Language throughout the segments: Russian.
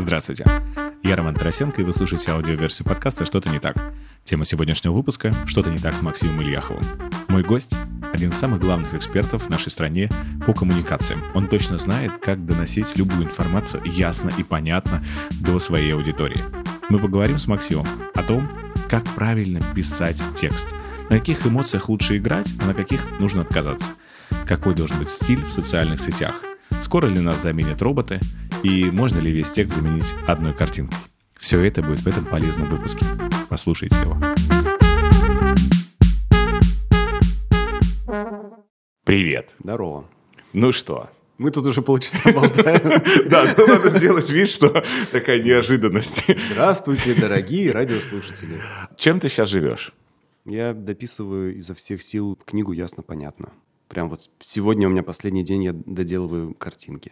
Здравствуйте, я Роман Тарасенко, и вы слушаете аудиоверсию подкаста «Что-то не так». Тема сегодняшнего выпуска «Что-то не так» с Максимом Ильяховым. Мой гость – один из самых главных экспертов в нашей стране по коммуникациям. Он точно знает, как доносить любую информацию ясно и понятно до своей аудитории. Мы поговорим с Максимом о том, как правильно писать текст, на каких эмоциях лучше играть, а на каких нужно отказаться, какой должен быть стиль в социальных сетях, скоро ли нас заменят роботы и можно ли весь текст заменить одной картинкой. Все это будет в этом полезном выпуске. Послушайте его. Привет. Здорово. Ну что? Мы тут уже полчаса болтаем. Да, надо сделать вид, что такая неожиданность. Здравствуйте, дорогие радиослушатели. Чем ты сейчас живешь? Я дописываю изо всех сил книгу «Ясно-понятно». Прям вот сегодня у меня последний день, я доделываю картинки.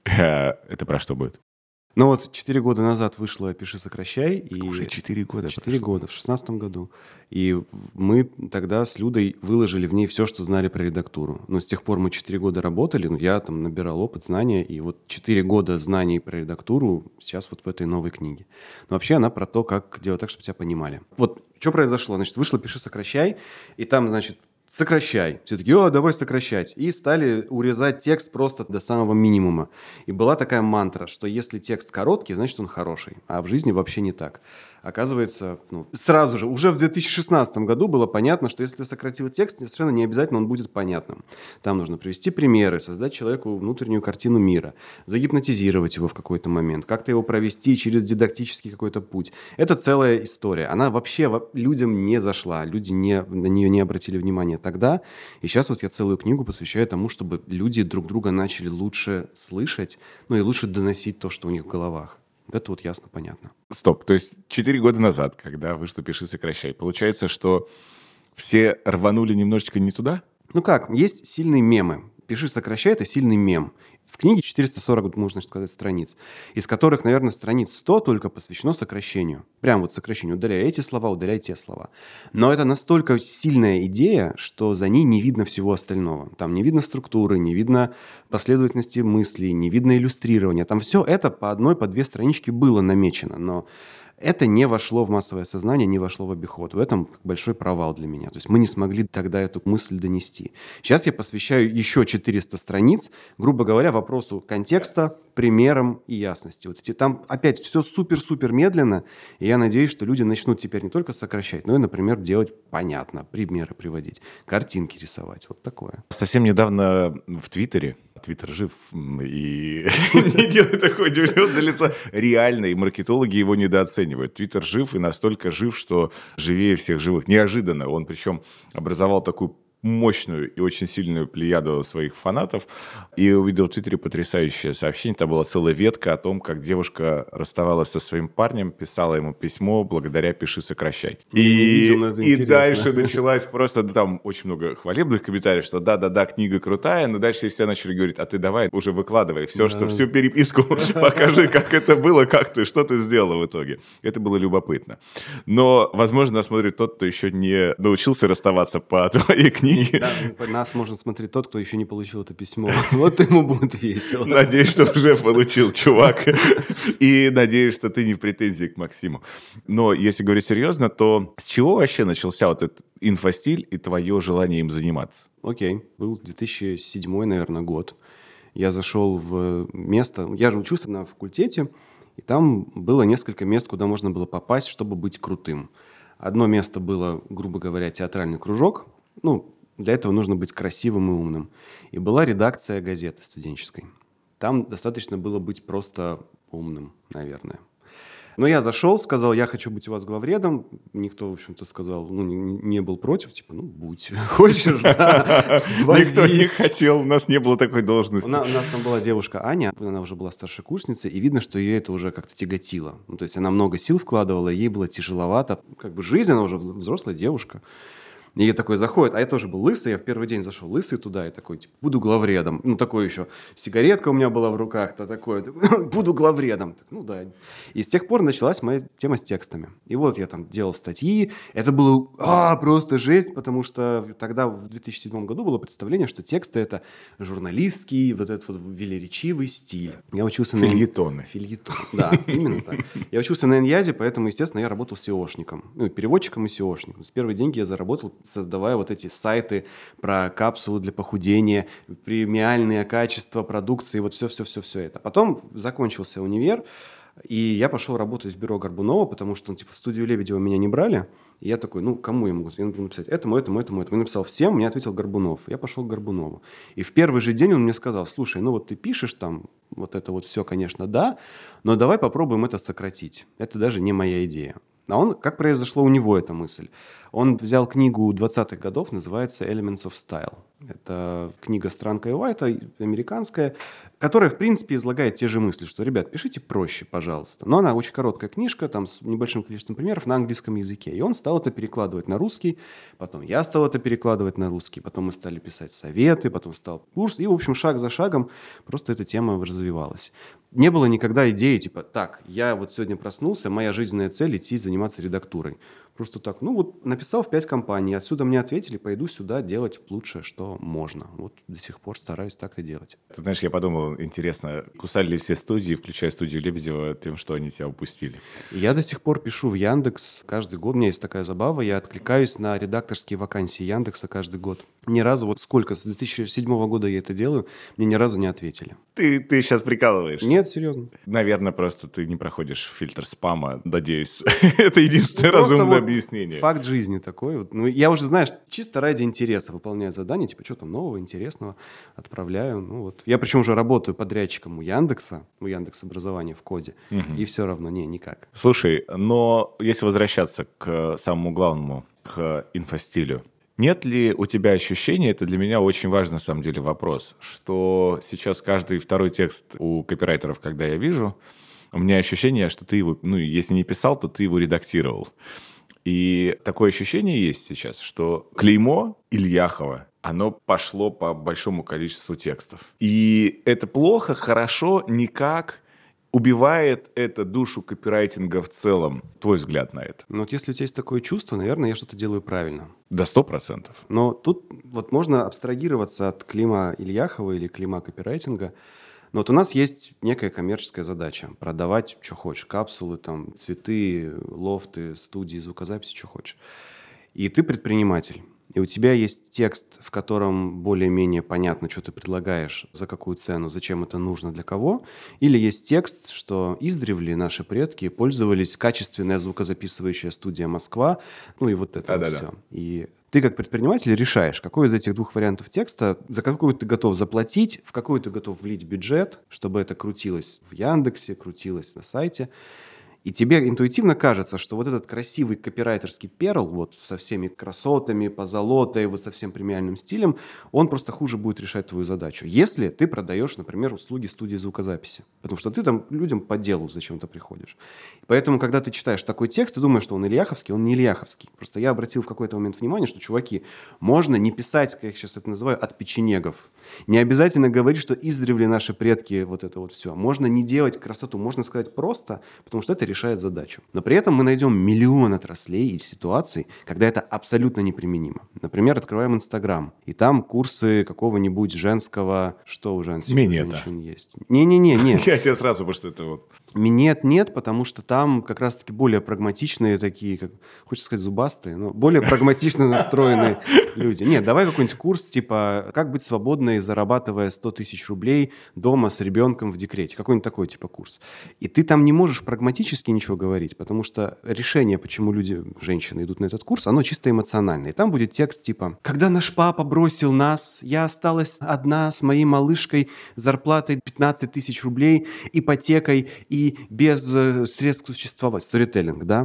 Это про что будет? Ну вот 4 года назад вышло «Пиши, сокращай». И уже 4 года 4 года, в 2016 году. И мы тогда с Людой выложили в ней все, что знали про редактуру. Но с тех пор мы 4 года работали, я там набирал опыт, знания, и вот 4 года знаний про редактуру сейчас вот в этой новой книге. Но вообще она про то, как делать так, чтобы тебя понимали. Вот что произошло? Значит, вышло «Пиши, сокращай», и там, значит, сокращай. Все таки, давай сокращать. И стали урезать текст просто до самого минимума. И была такая мантра, что если текст короткий, значит он хороший. А в жизни вообще не так. Оказывается, сразу же, уже в 2016 году было понятно, что если ты сократил текст, совершенно не обязательно он будет понятным. Там нужно привести примеры, создать человеку внутреннюю картину мира, загипнотизировать его в какой-то момент, как-то его провести через дидактический какой-то путь. Это целая история. Она вообще людям не зашла, люди на нее не обратили внимания тогда. И сейчас вот я целую книгу посвящаю тому, чтобы люди друг друга начали лучше слышать, и лучше доносить то, что у них в головах. Это вот ясно-понятно. Стоп, то есть 4 года назад, когда вышло «Пиши, сокращай», получается, что все рванули немножечко не туда? Есть сильные мемы. «Пиши, сокращай» — это сильный мем. В книге 440, можно сказать, страниц, из которых, наверное, страниц 100 только посвящено сокращению. Прям вот сокращению. Удаляй эти слова, удаляй те слова. Но это настолько сильная идея, что за ней не видно всего остального. Там не видно структуры, не видно последовательности мыслей, не видно иллюстрирования. Там все это по одной, по 2 странички было намечено, но это не вошло в массовое сознание, не вошло в обиход. В этом большой провал для меня. То есть мы не смогли тогда эту мысль донести. Сейчас я посвящаю еще 400 страниц, грубо говоря, вопросу контекста, примерам и ясности. Там опять все супер-супер медленно, и я надеюсь, что люди начнут теперь не только сокращать, но и, например, делать понятно, примеры приводить, картинки рисовать. Вот такое. Совсем недавно в Твиттере, Твиттер жив и не делает такое удивленное лицо, реально, и маркетологи его недооценивают. Твиттер жив и настолько жив, что живее всех живых. Неожиданно. Он причем образовал такую мощную и очень сильную плеяду своих фанатов. И увидел в Твиттере потрясающее сообщение. Там была целая ветка о том, как девушка расставалась со своим парнем, писала ему письмо благодаря «Пиши, сокращай». И дальше началась просто, там очень много хвалебных комментариев, что да, книга крутая, но дальше все начали говорить, а ты давай уже выкладывай всю переписку, покажи, как это было, что ты сделала в итоге. Это было любопытно. Но, возможно, нас смотрит тот, кто еще не научился расставаться по твоей книге. Да, нас может смотреть тот, кто еще не получил это письмо. Вот ему будет весело. Надеюсь, что уже получил, чувак. И надеюсь, что ты не в претензии к Максиму. Но если говорить серьезно, то с чего вообще начался вот этот инфостиль и твое желание им заниматься? Окей. Был 2007, наверное, год. Я зашел в место... Я же учился на факультете, и там было несколько мест, куда можно было попасть, чтобы быть крутым. Одно место было, грубо говоря, театральный кружок. Для этого нужно быть красивым и умным. И была редакция газеты студенческой. Там достаточно было быть просто умным, наверное. Но я зашел, сказал, я хочу быть у вас главредом. Никто, в общем-то, сказал, не был против. Будь. Хочешь, да, возись. Никто не хотел, у нас не было такой должности. У нас там была девушка Аня, она уже была старшекурсницей, и видно, что ее это уже как-то тяготило. То есть она много сил вкладывала, ей было тяжеловато. Жизнь, она уже взрослая девушка. И я такой заходит, а я тоже был лысый, я в первый день зашел лысый туда, и такой, типа, буду главредом. Ну, такой еще, сигаретка у меня была в руках, то такое, буду главредом. Ну, да. И с тех пор началась моя тема с текстами. И вот я там делал статьи, это было просто жесть, потому что тогда, в 2007 году, было представление, что тексты — это журналистский, вот этот вот велеречивый стиль. Я учился на... Фельетоны. Фельетон, да, именно так. Я учился на Иньязе, поэтому, естественно, я работал SEOшником. Ну, переводчиком и SEOшником. С первые деньги я заработал, создавая вот эти сайты про капсулы для похудения, премиальные качества продукции, вот все это. Потом закончился универ, и я пошел работать в бюро Горбунова, потому что, типа, в студию Лебедева меня не брали. И я такой, ну, кому я могу? Я могу написать этому. Я написал всем, мне ответил Горбунов. Я пошел к Горбунову. И в первый же день он мне сказал, слушай, ну вот ты пишешь там, вот это вот все, конечно, да, но давай попробуем это сократить. Это даже не моя идея. А он, как произошла у него эта мысль? Он взял книгу 20-х годов, называется «Elements of Style». Это книга Странка и Уайта, американская, которая, в принципе, излагает те же мысли, что, ребят, пишите проще, пожалуйста. Но она очень короткая книжка, там с небольшим количеством примеров на английском языке. И он стал это перекладывать на русский, потом я стал это перекладывать на русский, потом мы стали писать советы, потом стал курс, и, в общем, шаг за шагом просто эта тема развивалась. Не было никогда идеи, типа, так, я вот сегодня проснулся, моя жизненная цель — идти заниматься редактурой. Просто так, ну вот написал в 5 компаний, отсюда мне ответили, пойду сюда делать лучшее, что можно. Вот до сих пор стараюсь так и делать. Ты знаешь, я подумал, интересно, кусали ли все студии, включая студию Лебедева, тем, что они тебя упустили? Я до сих пор пишу в Яндекс каждый год. У меня есть такая забава, я откликаюсь на редакторские вакансии Яндекса каждый год. Ни разу, вот сколько, с 2007 года я это делаю, мне ни разу не ответили. Ты сейчас прикалываешься? Нет, серьезно. Наверное, просто ты не проходишь фильтр спама, надеюсь. Это единственное Просто разумное вот объяснение. факт жизни такой. Вот. Ну, я уже, знаешь, чисто ради интереса выполняю задания, типа, что там нового, интересного, отправляю. Ну, вот. Я причем уже работаю подрядчиком у Яндекса образования в коде, и все равно, никак. Слушай, но если возвращаться к самому главному, к инфостилю, нет ли у тебя ощущения, это для меня очень важный на самом деле вопрос, что сейчас каждый второй текст у копирайтеров, когда я вижу, у меня ощущение, что ты его, ну, если не писал, то ты его редактировал. И такое ощущение есть сейчас, что клеймо Ильяхова, оно пошло по большому количеству текстов. И это плохо, хорошо, никак. Убивает это душу копирайтинга в целом? Твой взгляд на это? Ну, вот если у тебя есть такое чувство, наверное, я что-то делаю правильно. До 100%. Но тут вот можно абстрагироваться от клейма Ильяхова или клейма копирайтинга. Но вот у нас есть некая коммерческая задача – продавать, что хочешь, капсулы, там, цветы, лофты, студии, звукозаписи, что хочешь. И ты предприниматель. И у тебя есть текст, в котором более-менее понятно, что ты предлагаешь, за какую цену, зачем это нужно, для кого. Или есть текст, что издревле наши предки пользовались качественная звукозаписывающая студия «Москва». Ну и вот это вот все. И ты как предприниматель решаешь, какой из этих двух вариантов текста, за какой ты готов заплатить, в какой ты готов влить бюджет, чтобы это крутилось в Яндексе, крутилось на сайте. И тебе интуитивно кажется, что вот этот красивый копирайтерский перл, вот со всеми красотами, позолотой, вот со всем премиальным стилем, он просто хуже будет решать твою задачу. Если ты продаешь, например, услуги студии звукозаписи. Потому что ты там людям по делу зачем-то приходишь. Поэтому, когда ты читаешь такой текст, ты думаешь, что он ильяховский, он не ильяховский. Просто я обратил в какой-то момент внимание, что, чуваки, можно не писать, как я сейчас это называю, от печенегов. Не обязательно говорить, что издревле наши предки вот это вот все. Можно не делать красоту, можно сказать просто, потому что это решает задачу. Но при этом мы найдем миллион отраслей и ситуаций, когда это абсолютно неприменимо. Например, открываем Инстаграм, и там курсы какого-нибудь женского... Что у женщин есть? Не-не-не. Я тебя сразу, потому что это вот... Нет, потому что там как раз-таки более прагматичные такие, как, хочется сказать, зубастые, но более прагматично настроенные люди. Нет, давай какой-нибудь курс, типа, как быть свободной, зарабатывая 100 тысяч рублей дома с ребенком в декрете. Какой-нибудь такой типа курс. И ты там не можешь прагматически ничего говорить, потому что решение, почему люди, женщины, идут на этот курс, оно чисто эмоциональное. И там будет текст типа «Когда наш папа бросил нас, я осталась одна с моей малышкой, зарплатой 15 тысяч рублей, ипотекой и без средств существовать». Сторителлинг, да?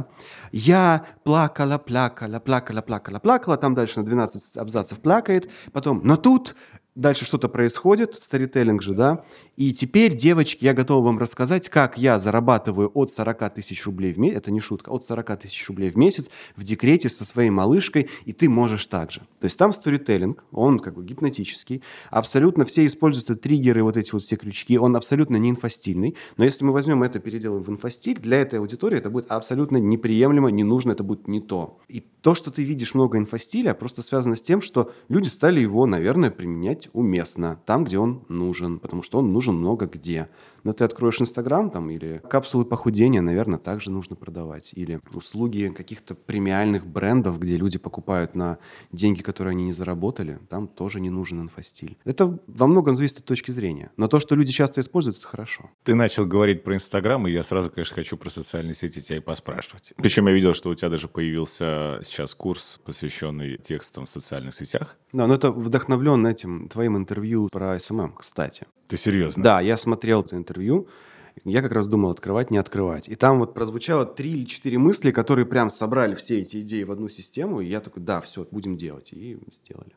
«Я плакала, там дальше на 12 абзацев плакает, потом «Но тут дальше что-то происходит, сторителлинг же, да, и теперь, девочки, я готова вам рассказать, как я зарабатываю от 40 тысяч рублей в месяц, это не шутка, от 40 тысяч рублей в месяц в декрете со своей малышкой, и ты можешь так же. То есть там сторителлинг, он как бы гипнотический, абсолютно все используются триггеры, вот эти вот все крючки, он абсолютно не инфостильный, но если мы возьмем это, переделаем в инфостиль, для этой аудитории это будет абсолютно неприемлемо, не нужно, это будет не то. И то, что ты видишь много инфостиля, просто связано с тем, что люди стали его, наверное, применять уместно, там, где он нужен, потому что он нужен много где. Но ты откроешь Инстаграм там или капсулы похудения, наверное, также нужно продавать. Или услуги каких-то премиальных брендов, где люди покупают на деньги, которые они не заработали, там тоже не нужен инфостиль. Это во многом зависит от точки зрения. Но то, что люди часто используют, это хорошо. Ты начал говорить про Инстаграм, и я сразу, конечно, хочу про социальные сети тебя и поспрашивать. Причем я видел, что у тебя даже появился сейчас курс, посвященный текстам в социальных сетях. Да, но это вдохновлен этим твоим интервью про СММ, кстати. Ты серьезно? Да, я смотрел это интервью. Я как раз думал, открывать, не открывать. И там вот прозвучало 3 или 4 мысли, которые прям собрали все эти идеи в одну систему. И я такой, да, все, будем делать. И сделали.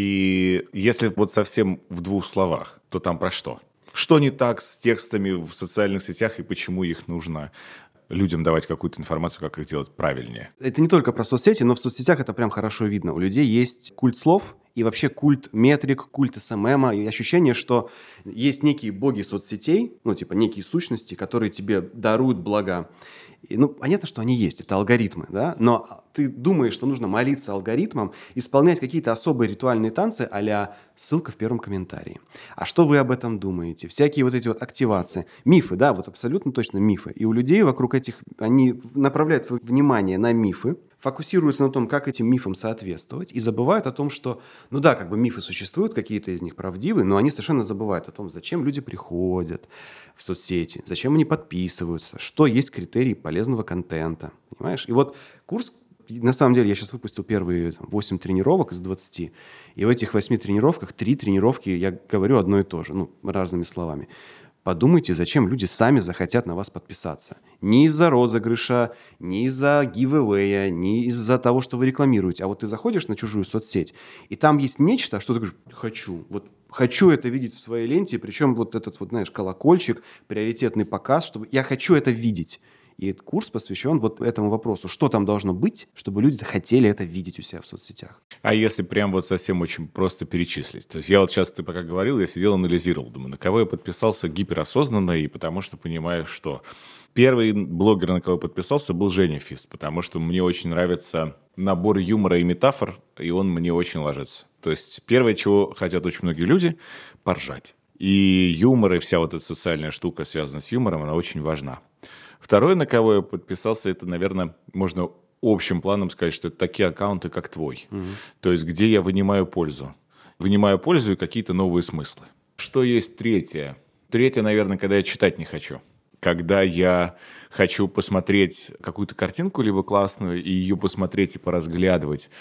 И если вот совсем в 2 словах, то там про что? Что не так с текстами в социальных сетях и почему их нужно людям давать какую-то информацию, как их делать правильнее? Это не только про соцсети, но в соцсетях это прям хорошо видно. У людей есть культ слов и вообще культ метрик, культ СММа, и ощущение, что есть некие боги соцсетей, ну, типа некие сущности, которые тебе даруют блага. И, ну, понятно, что они есть, это алгоритмы, да, но ты думаешь, что нужно молиться алгоритмам, исполнять какие-то особые ритуальные танцы а-ля ссылка в первом комментарии. А что вы об этом думаете? Всякие вот эти вот активации. Мифы, да, вот абсолютно точно мифы. И у людей вокруг этих, они направляют внимание на мифы, фокусируются на том, как этим мифам соответствовать, и забывают о том, что, ну да, как бы мифы существуют, какие-то из них правдивы, но они совершенно забывают о том, зачем люди приходят в соцсети, зачем они подписываются, что есть критерии полезного контента, понимаешь? И вот курс, на самом деле, я сейчас выпустил первые 8 тренировок из 20, и в этих 8 тренировках 3 тренировки я говорю одно и то же, ну, разными словами. Подумайте, зачем люди сами захотят на вас подписаться. Не из-за розыгрыша, не из-за гивэвэя, не из-за того, что вы рекламируете. А вот ты заходишь на чужую соцсеть, и там есть нечто, что ты говоришь, хочу. Вот хочу это видеть в своей ленте, причем вот этот вот, знаешь, колокольчик, приоритетный показ, чтобы я хочу это видеть. И этот курс посвящен вот этому вопросу. Что там должно быть, чтобы люди хотели это видеть у себя в соцсетях? А если прям вот совсем очень просто перечислить? То есть я вот сейчас, ты пока говорил, я сидел, анализировал, думаю, на кого я подписался гиперосознанно, и потому что понимаю, что первый блогер, на кого я подписался, был Женя Фист, потому что мне очень нравится набор юмора и метафор, и он мне очень ложится. То есть первое, чего хотят очень многие люди – поржать. И юмор, и вся вот эта социальная штука, связанная с юмором, она очень важна. Второе, на кого я подписался, это, наверное, можно общим планом сказать, что это такие аккаунты, как твой. То есть, где я вынимаю пользу. Вынимаю пользу и какие-то новые смыслы. Что есть третье? Третье, наверное, когда я читать не хочу. Когда я хочу посмотреть какую-то картинку, либо классную, и ее посмотреть и поразглядывать.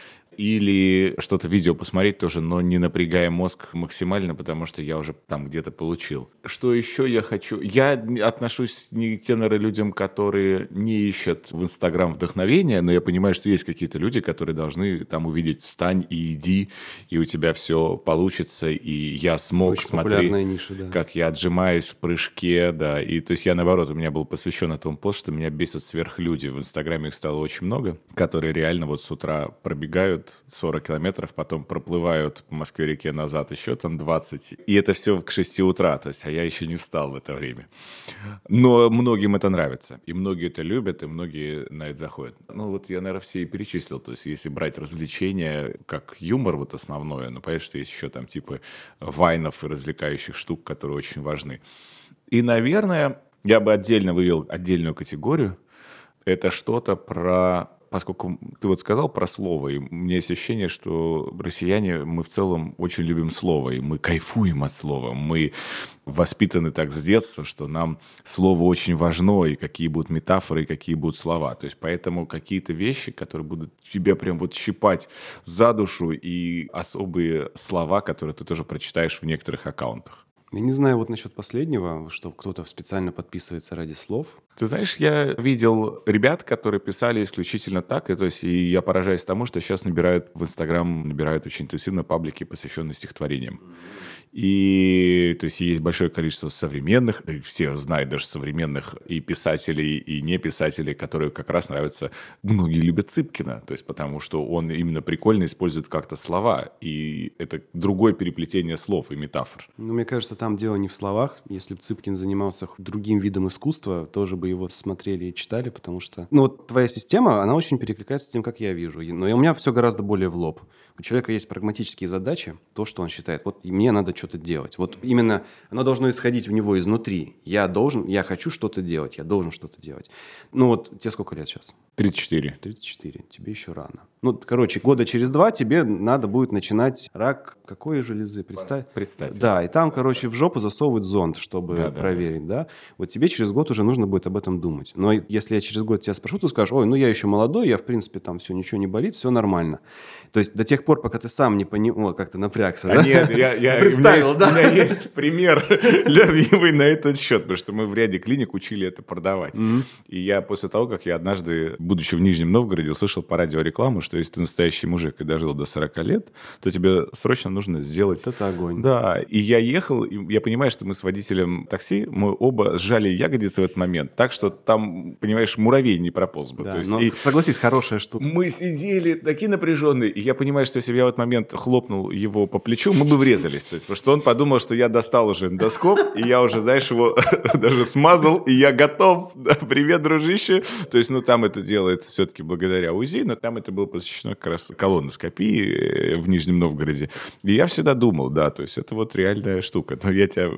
Или что-то видео посмотреть тоже, но не напрягая мозг максимально, потому что я уже там где-то получил. Что еще я хочу? Я отношусь не к тем, наверное, людям, которые не ищут в Инстаграм вдохновения, но я понимаю, что есть какие-то люди, которые должны там увидеть «встань и иди», и у тебя все получится, и я смог Очень смотреть, популярная ниша, да. как я отжимаюсь в прыжке, да. И то есть я, наоборот, у меня был посвящен этому пост, что меня бесят сверхлюди. В Инстаграме их стало очень много, которые реально вот с утра пробегают 40 километров, потом проплывают по Москве-реке назад еще там 20. И это все к 6 утра, то есть, а я еще не встал в это время. Но многим это нравится. И многие это любят, и многие на это заходят. Ну вот я, наверное, все и перечислил. То есть если брать развлечения как юмор вот основное, ну понятно, что есть еще там типа вайнов и развлекающих штук, которые очень важны. И, наверное, я бы отдельно вывел отдельную категорию. Это что-то про... Поскольку ты вот сказал про слово, и у меня есть ощущение, что россияне, мы в целом очень любим слово, и мы кайфуем от слова. Мы воспитаны так с детства, что нам слово очень важно, и какие будут метафоры, и какие будут слова. То есть поэтому какие-то вещи, которые будут тебя прям вот щипать за душу, и особые слова, которые ты тоже прочитаешь в некоторых аккаунтах. Я не знаю вот насчет последнего, что кто-то специально подписывается ради слов. Ты знаешь, я видел ребят, которые писали исключительно так, и я поражаюсь тому, что сейчас в Инстаграм набирают очень интенсивно паблики, посвященные стихотворениям. И то есть есть большое количество современных, да и все знают даже современных и писателей, и не писателей, которые как раз нравятся. Многие любят Цыпкина, то есть потому что он именно прикольно использует как-то слова, и это другое переплетение слов и метафор. Ну, мне кажется, там дело не в словах. Если бы Цыпкин занимался другим видом искусства, тоже бы его смотрели и читали, потому что... Ну, вот твоя система, она очень перекликается с тем, как я вижу. Но и у меня все гораздо более в лоб. У человека есть прагматические задачи, то, что он считает. Вот и мне надо что-то делать. Вот именно оно должно исходить у него изнутри. Я хочу что-то делать, я должен что-то делать. Ну, вот тебе сколько лет сейчас? 34. 34. Тебе еще рано. Ну, короче, года через 2 тебе надо будет начинать рак какой железы? Представьте. Да, и там, короче, в жопу засовывают зонд, чтобы проверить, да. Вот тебе через год уже нужно будет об этом думать. Но если я через год тебя спрошу, ты скажешь: ой, ну я еще молодой, я, в принципе, там все, ничего не болит, все нормально. То есть до тех пор, пока ты сам не понимаешь, как ты напрягся, да? Нет, представил, да? У меня есть пример любимый на этот счет, потому что мы в ряде клиник учили это продавать. И я после того, как я однажды, будучи в Нижнем Новгороде, услышал по радио рекламу, что если ты настоящий мужик и дожил до 40 лет, то тебе срочно нужно сделать... Это огонь. Да, и я ехал, и я понимаю, что мы с водителем такси, мы оба сжали ягодицы в этот момент, так что там, понимаешь, муравей не прополз бы. Да, То есть, но согласись, хорошая штука. мы сидели такие напряженные, и я понимаю, что если бы я в этот момент хлопнул его по плечу, мы бы врезались. То есть, потому что он подумал, что я достал уже эндоскоп, и я уже, знаешь, его даже смазал, и я готов. Да, привет, дружище. То есть, ну, там это делается все-таки благодаря УЗИ, но там это было посвящено как раз колоноскопии в Нижнем Новгороде. И я всегда думал, да, то есть это вот реальная штука. Но я тебя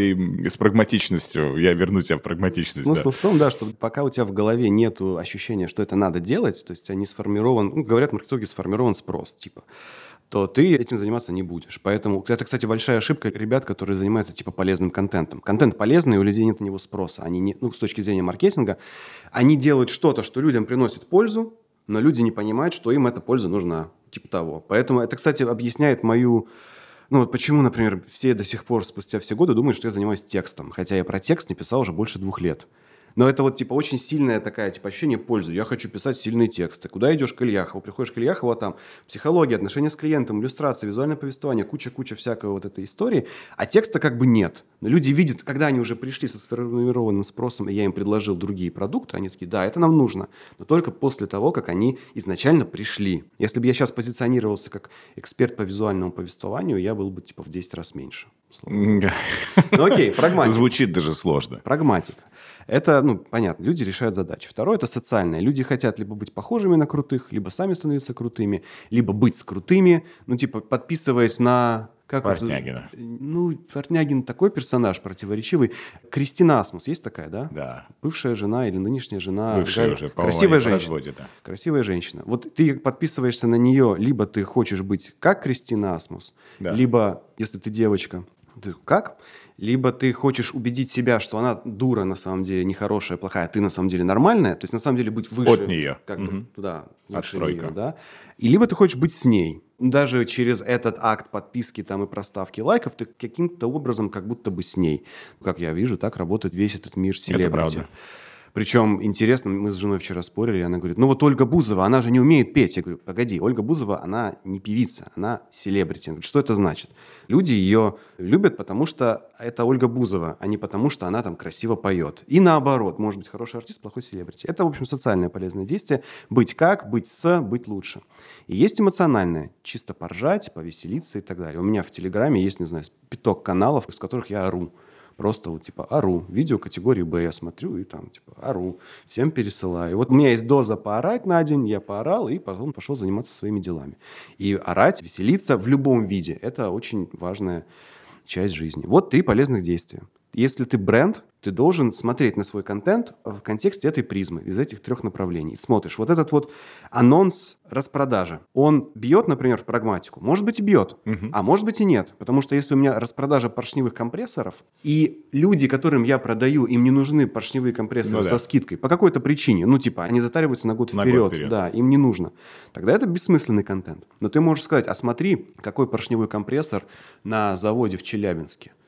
с прагматичностью, я верну тебя в прагматичность. Смысл в том, да, что пока у тебя в голове нет ощущения, что это надо делать, то есть у тебя не сформирован, ну, говорят, в маркетинге сформирован спрос, типа, то ты этим заниматься не будешь. Поэтому это, кстати, большая ошибка ребят, которые занимаются типа полезным контентом. Контент полезный, у людей нет на него спроса. Они не, ну, с точки зрения маркетинга, они делают что-то, что людям приносит пользу, но люди не понимают, что им эта польза нужна. Типа того. Поэтому это, кстати, объясняет мою... Ну вот почему, например, все до сих пор, спустя все годы, думают, что я занимаюсь текстом. Хотя я про текст не писал уже больше 2 лет. Но это вот типа очень сильное такая типа ощущение пользы. Я хочу писать сильные тексты. Куда идешь к Ильяхову? Приходишь к Ильяхову, там психология, отношения с клиентом, иллюстрация, визуальное повествование, куча-куча всякой вот этой истории. А текста как бы нет. Но люди видят, когда они уже пришли со сформированным спросом, и я им предложил другие продукты, они такие: да, это нам нужно. Но только после того, как они изначально пришли. Если бы я сейчас позиционировался как эксперт по визуальному повествованию, я был бы типа в 10 раз меньше. Ну окей, прагматика. Звучит даже сложно. Прагматика. Это, ну, понятно, люди решают задачи. Второе – это социальное. Люди хотят либо быть похожими на крутых, либо сами становиться крутыми, либо быть с крутыми, ну, типа, подписываясь на... Портнягина. Ну, Портнягин такой персонаж противоречивый. Кристина Асмус, есть такая, да? Да. Bывшая жена или нынешняя жена. Бывшая уже, по-моему, красивая они по женщина. разводе, да. Красивая женщина. Вот ты подписываешься на нее, либо ты хочешь быть как Кристина Асмус, Да. либо, если ты девочка, ты как? Либо ты хочешь убедить себя, что она дура, на самом деле нехорошая, плохая, а ты на самом деле нормальная, то есть на самом деле быть выше. От нее. Как бы, да, выше Отстройка. нее, да. И либо ты хочешь быть с ней. Даже через этот акт подписки там и проставки лайков ты каким-то образом как будто бы с ней. Как я вижу, так работает весь этот мир селебрити. Это правда. Причем, интересно, мы с женой вчера спорили, и она говорит: ну вот Ольга Бузова, она же не умеет петь. Я говорю: погоди, Ольга Бузова, она не певица, она селебрити. Она говорит: что это значит? Люди ее любят, потому что это Ольга Бузова, а не потому, что она там красиво поет. И наоборот, может быть хороший артист, плохой селебрити. Это, в общем, социальное полезное действие. Быть как, быть с, быть лучше. И есть эмоциональное. Чисто поржать, повеселиться и так далее. У меня в Телеграме есть, не знаю, 5 каналов, из которых я ору. Просто вот типа ору. Видео категории Б я смотрю и там типа ору. Всем пересылаю. И вот у меня есть доза поорать на день. Я поорал и потом пошел заниматься своими делами. И орать, веселиться в любом виде – это очень важная часть жизни. Вот 3 полезных действия. Если ты бренд, ты должен смотреть на свой контент в контексте этой призмы, из этих 3 направлений. Смотришь, вот этот вот анонс распродажи, он бьет, например, в прагматику? Может быть, и бьет, а может быть и нет. Потому что если у меня распродажа поршневых компрессоров, и люди, которым я продаю, им не нужны поршневые компрессоры со скидкой по какой-то причине, ну типа они затариваются на год вперед, да, им не нужно, тогда это бессмысленный контент. Но ты можешь сказать: а смотри, какой поршневой компрессор на заводе в Челябинске.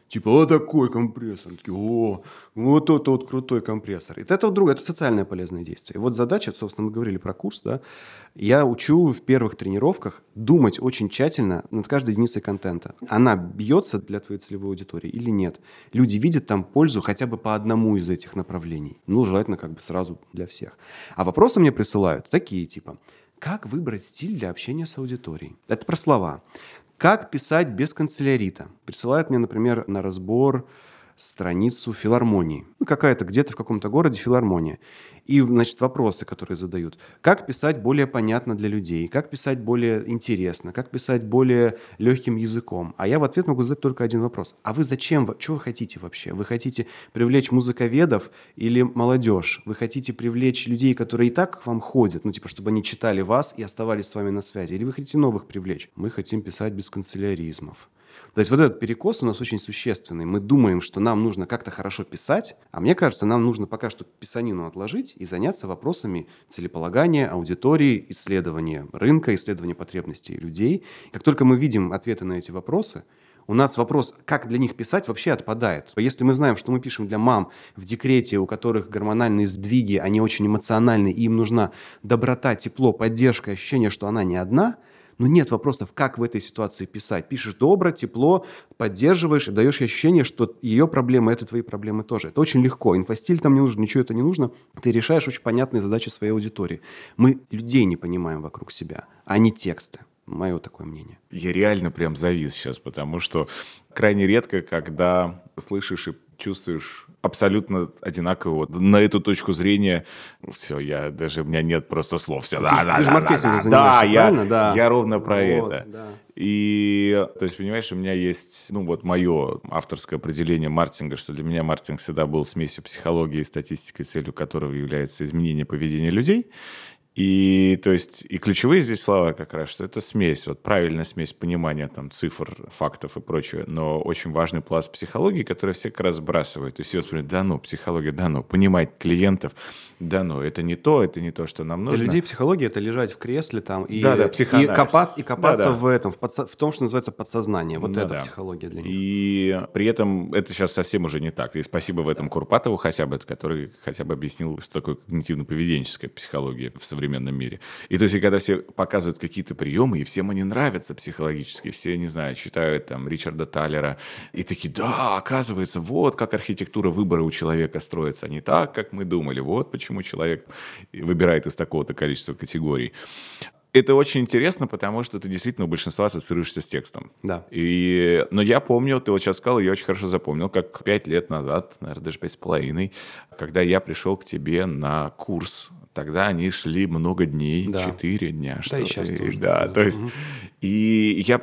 Типа, вот такой компрессор. Они такие, о, вот это вот крутой компрессор. Это вот другое, это социальное полезное действие. И вот задача, собственно, мы говорили про курс, да, я учу в первых тренировках думать очень тщательно над каждой единицей контента. Она бьется для твоей целевой аудитории или нет? Люди видят там пользу хотя бы по одному из этих направлений. Ну, желательно как бы сразу для всех. А вопросы мне присылают такие, типа, как выбрать стиль для общения с аудиторией? Это про слова. Как писать без канцелярита? Присылают мне, например, на разбор страницу филармонии. Ну, какая-то где-то в каком-то городе филармония. И, значит, вопросы, которые задают. Как писать более понятно для людей? Как писать более интересно? Как писать более легким языком? А я в ответ могу задать только один вопрос. А вы зачем? Что вы хотите вообще? Вы хотите привлечь музыковедов или молодежь? Вы хотите привлечь людей, которые и так к вам ходят? Ну, типа, чтобы они читали вас и оставались с вами на связи? Или вы хотите новых привлечь? Мы хотим писать без канцеляризмов. То есть вот этот перекос у нас очень существенный. Мы думаем, что нам нужно как-то хорошо писать, а мне кажется, нам нужно пока что писанину отложить и заняться вопросами целеполагания, аудитории, исследования рынка, исследования потребностей людей. Как только мы видим ответы на эти вопросы, у нас вопрос, как для них писать, вообще отпадает. Если мы знаем, что мы пишем для мам в декрете, у которых гормональные сдвиги, они очень эмоциональны, и им нужна доброта, тепло, поддержка, ощущение, что она не одна, но нет вопросов, как в этой ситуации писать. Пишешь добро, тепло, поддерживаешь и даешь ей ощущение, что ее проблемы – это твои проблемы тоже. Это очень легко. Инфостиль там не нужен, ничего это не нужно. Ты решаешь очень понятные задачи своей аудитории. Мы людей не понимаем вокруг себя, а не тексты. Мое такое мнение. Я реально прям завис сейчас, потому что крайне редко, когда слышишь и чувствуешь абсолютно одинаково вот на эту точку зрения, все, у меня нет просто слов. Все, Ты же маркетингом занимаешься, правильно? Да. Я ровно про Вот, это. да. И, то есть, понимаешь, у меня есть, мое авторское определение маркетинга, что для меня маркетинг всегда был смесью психологии и статистики, целью которого является изменение поведения людей. И, то есть, и ключевые здесь слова как раз, что это смесь, вот правильная смесь понимания там цифр, фактов и прочее, но очень важный пласт психологии, который все как раз сбрасывают. И все воспринимают, психология, понимать клиентов, это не то, что нам нужно. Для людей психология – это лежать в кресле там и копаться в том, что называется подсознание. Вот это психология для них. И при этом это сейчас совсем уже не так. И спасибо в этом Курпатову хотя бы, который хотя бы объяснил, что такое когнитивно-поведенческая психология в современном мире. И то есть, и когда все показывают какие-то приемы, и всем они нравятся психологически, все, не знаю, читают там Ричарда Таллера, и такие, да, оказывается, вот как архитектура выбора у человека строится, а не так, как мы думали, вот почему человек выбирает из такого-то количества категорий. Это очень интересно, потому что ты действительно у большинства ассоциируешься с текстом. Да. Но я помню, ты вот сейчас сказал, я очень хорошо запомнил, как 5 лет назад, наверное, даже 5,5, когда я пришел к тебе на курс. Тогда они шли много дней, 4 дня. Да, и сейчас тоже. Да, то есть... И я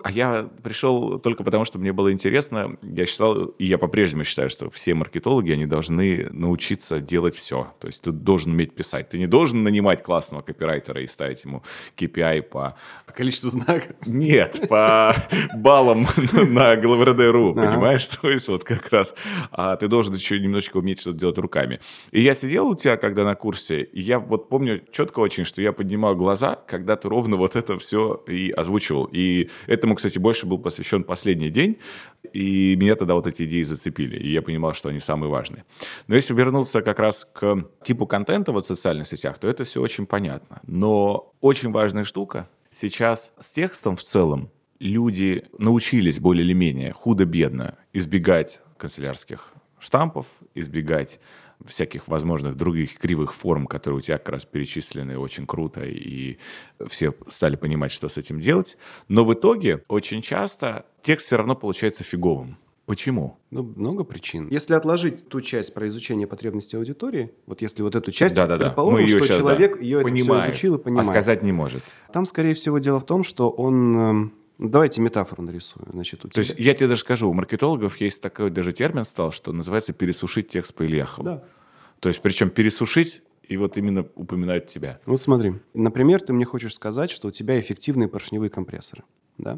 пришел только потому, что мне было интересно. Я считал, и я по-прежнему считаю, что все маркетологи, они должны научиться делать все. То есть ты должен уметь писать. Ты не должен нанимать классного копирайтера и ставить ему KPI по количеству знаков. Нет, по баллам на Главреде.ру, понимаешь? То есть вот как раз ты должен еще немножечко уметь что-то делать руками. И я сидел у тебя, когда на курсе, и я вот помню четко очень, что я поднимал глаза, когда ты ровно вот это все и озвучивал. И этому, кстати, больше был посвящен последний день, и меня тогда вот эти идеи зацепили, и я понимал, что они самые важные. Но если вернуться как раз к типу контента вот в социальных сетях, то это все очень понятно. Но очень важная штука сейчас с текстом в целом. Люди научились более или менее худо-бедно избегать канцелярских штампов, избегать всяких возможных других кривых форм, которые у тебя как раз перечислены очень круто, и все стали понимать, что с этим делать. Но в итоге очень часто текст все равно получается фиговым. Почему? Много причин. Если отложить ту часть про изучение потребностей аудитории, вот если вот эту часть, предположим, мы что человек ее это все изучил и понимает. А сказать не может. Там, скорее всего, дело в том, что он... Давайте метафору нарисую. Значит, То есть я тебе даже скажу, у маркетологов есть такой даже термин стал, что называется пересушить текст по Ильяхову. Да. То есть причем пересушить, и вот именно упоминают тебя. Вот смотри. Например, ты мне хочешь сказать, что у тебя эффективные поршневые компрессоры. Да?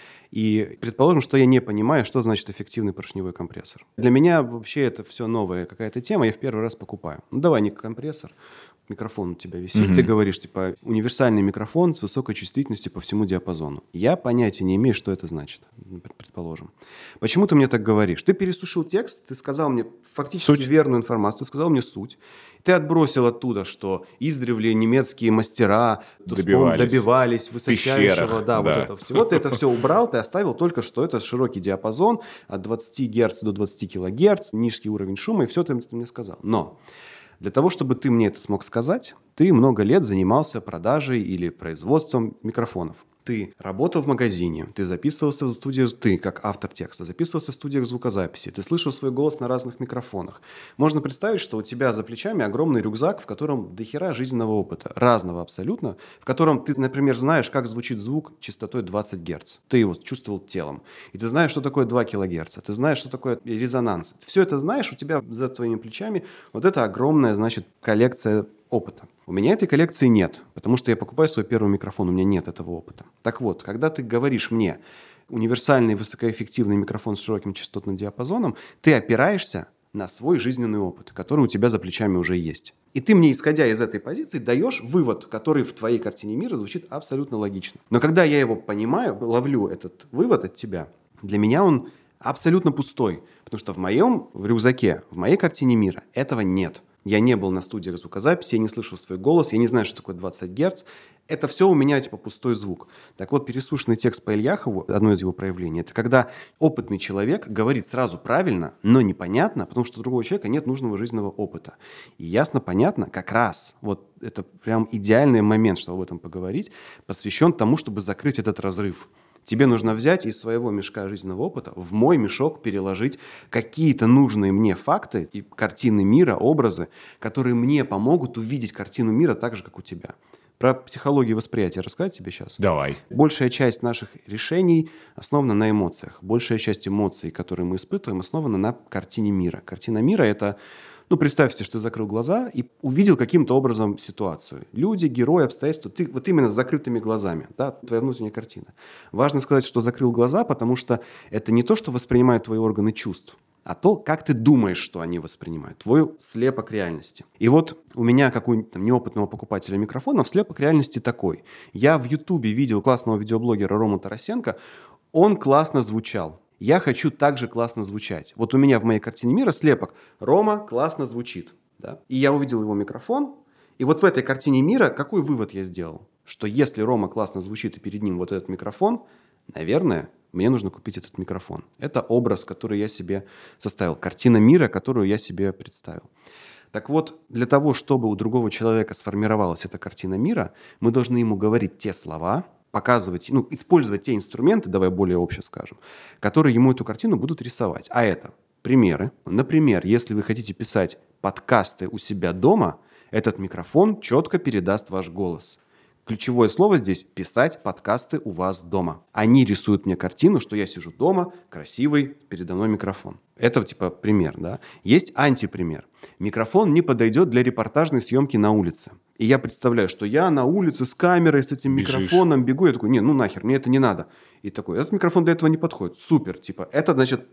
И предположим, что я не понимаю, что значит эффективный поршневой компрессор. Для меня вообще это все новая какая-то тема, я в первый раз покупаю. Давай не компрессор, микрофон у тебя висит. Ты говоришь, типа, универсальный микрофон с высокой чувствительностью по всему диапазону. Я понятия не имею, что это значит, предположим. Почему ты мне так говоришь? Ты пересушил текст, ты сказал мне фактически верную информацию, ты сказал мне суть. Ты отбросил оттуда, что издревле немецкие мастера добивались высочайшего, вот этого всего. Ты это все убрал, ты оставил только, что это широкий диапазон от 20 Гц до 20 кГц, низкий уровень шума, и все ты мне сказал. Но для того, чтобы ты мне это смог сказать, ты много лет занимался продажей или производством микрофонов. Ты работал в магазине, ты записывался в студию, ты как автор текста, записывался в студиях звукозаписи, ты слышал свой голос на разных микрофонах. Можно представить, что у тебя за плечами огромный рюкзак, в котором дохера жизненного опыта, разного абсолютно, в котором ты, например, знаешь, как звучит звук частотой 20 Гц. Ты его чувствовал телом. И ты знаешь, что такое 2 кГц, ты знаешь, что такое резонанс. Ты все это знаешь, у тебя за твоими плечами вот эта огромная, значит, коллекция опыта. У меня этой коллекции нет, потому что я покупаю свой первый микрофон, у меня нет этого опыта. Так вот, когда ты говоришь мне универсальный высокоэффективный микрофон с широким частотным диапазоном, ты опираешься на свой жизненный опыт, который у тебя за плечами уже есть. И ты мне, исходя из этой позиции, даешь вывод, который в твоей картине мира звучит абсолютно логично. Но когда я его понимаю, ловлю этот вывод от тебя, для меня он абсолютно пустой, потому что в моем рюкзаке, в моей картине мира этого нет. Я не был на студиях звукозаписи, я не слышал свой голос, я не знаю, что такое 20 Гц. Это все у меня типа пустой звук. Так вот, переслушанный текст по Ильяхову, одно из его проявлений, это когда опытный человек говорит сразу правильно, но непонятно, потому что у другого человека нет нужного жизненного опыта. И ясно, понятно, как раз вот это прям идеальный момент, чтобы об этом поговорить, посвящен тому, чтобы закрыть этот разрыв. Тебе нужно взять из своего мешка жизненного опыта в мой мешок переложить какие-то нужные мне факты и картины мира, образы, которые мне помогут увидеть картину мира так же, как у тебя. Про психологию восприятия рассказать тебе сейчас? Давай. Большая часть наших решений основана на эмоциях. Большая часть эмоций, которые мы испытываем, основана на картине мира. Картина мира – это... представь себе, что ты закрыл глаза и увидел каким-то образом ситуацию. Люди, герои, обстоятельства. Ты вот именно с закрытыми глазами. Да, твоя внутренняя картина. Важно сказать, что закрыл глаза, потому что это не то, что воспринимают твои органы чувств, а то, как ты думаешь, что они воспринимают. Твой слепок реальности. И вот у меня, как у неопытного покупателя микрофонов, слепок реальности такой. Я в Ютубе видел классного видеоблогера Рому Тарасенко. Он классно звучал. Я хочу также классно звучать. Вот у меня в моей картине мира слепок. Рома классно звучит. Да? И я увидел его микрофон. И вот в этой картине мира какой вывод я сделал? Что если Рома классно звучит и перед ним вот этот микрофон, наверное, мне нужно купить этот микрофон. Это образ, который я себе составил. Картина мира, которую я себе представил. Так вот, для того, чтобы у другого человека сформировалась эта картина мира, мы должны ему говорить те слова, показывать, использовать те инструменты, давай более обще скажем, которые ему эту картину будут рисовать. А это примеры. Например, если вы хотите писать подкасты у себя дома, этот микрофон четко передаст ваш голос. Ключевое слово здесь – писать подкасты у вас дома. Они рисуют мне картину, что я сижу дома, красивый, передо мной микрофон. Это типа пример, да? Есть антипример. Микрофон не подойдет для репортажной съемки на улице. И я представляю, что я на улице с камерой, с этим микрофоном бегу. Я такой, нахер, мне это не надо. И такой, этот микрофон для этого не подходит. Супер, типа, это, значит,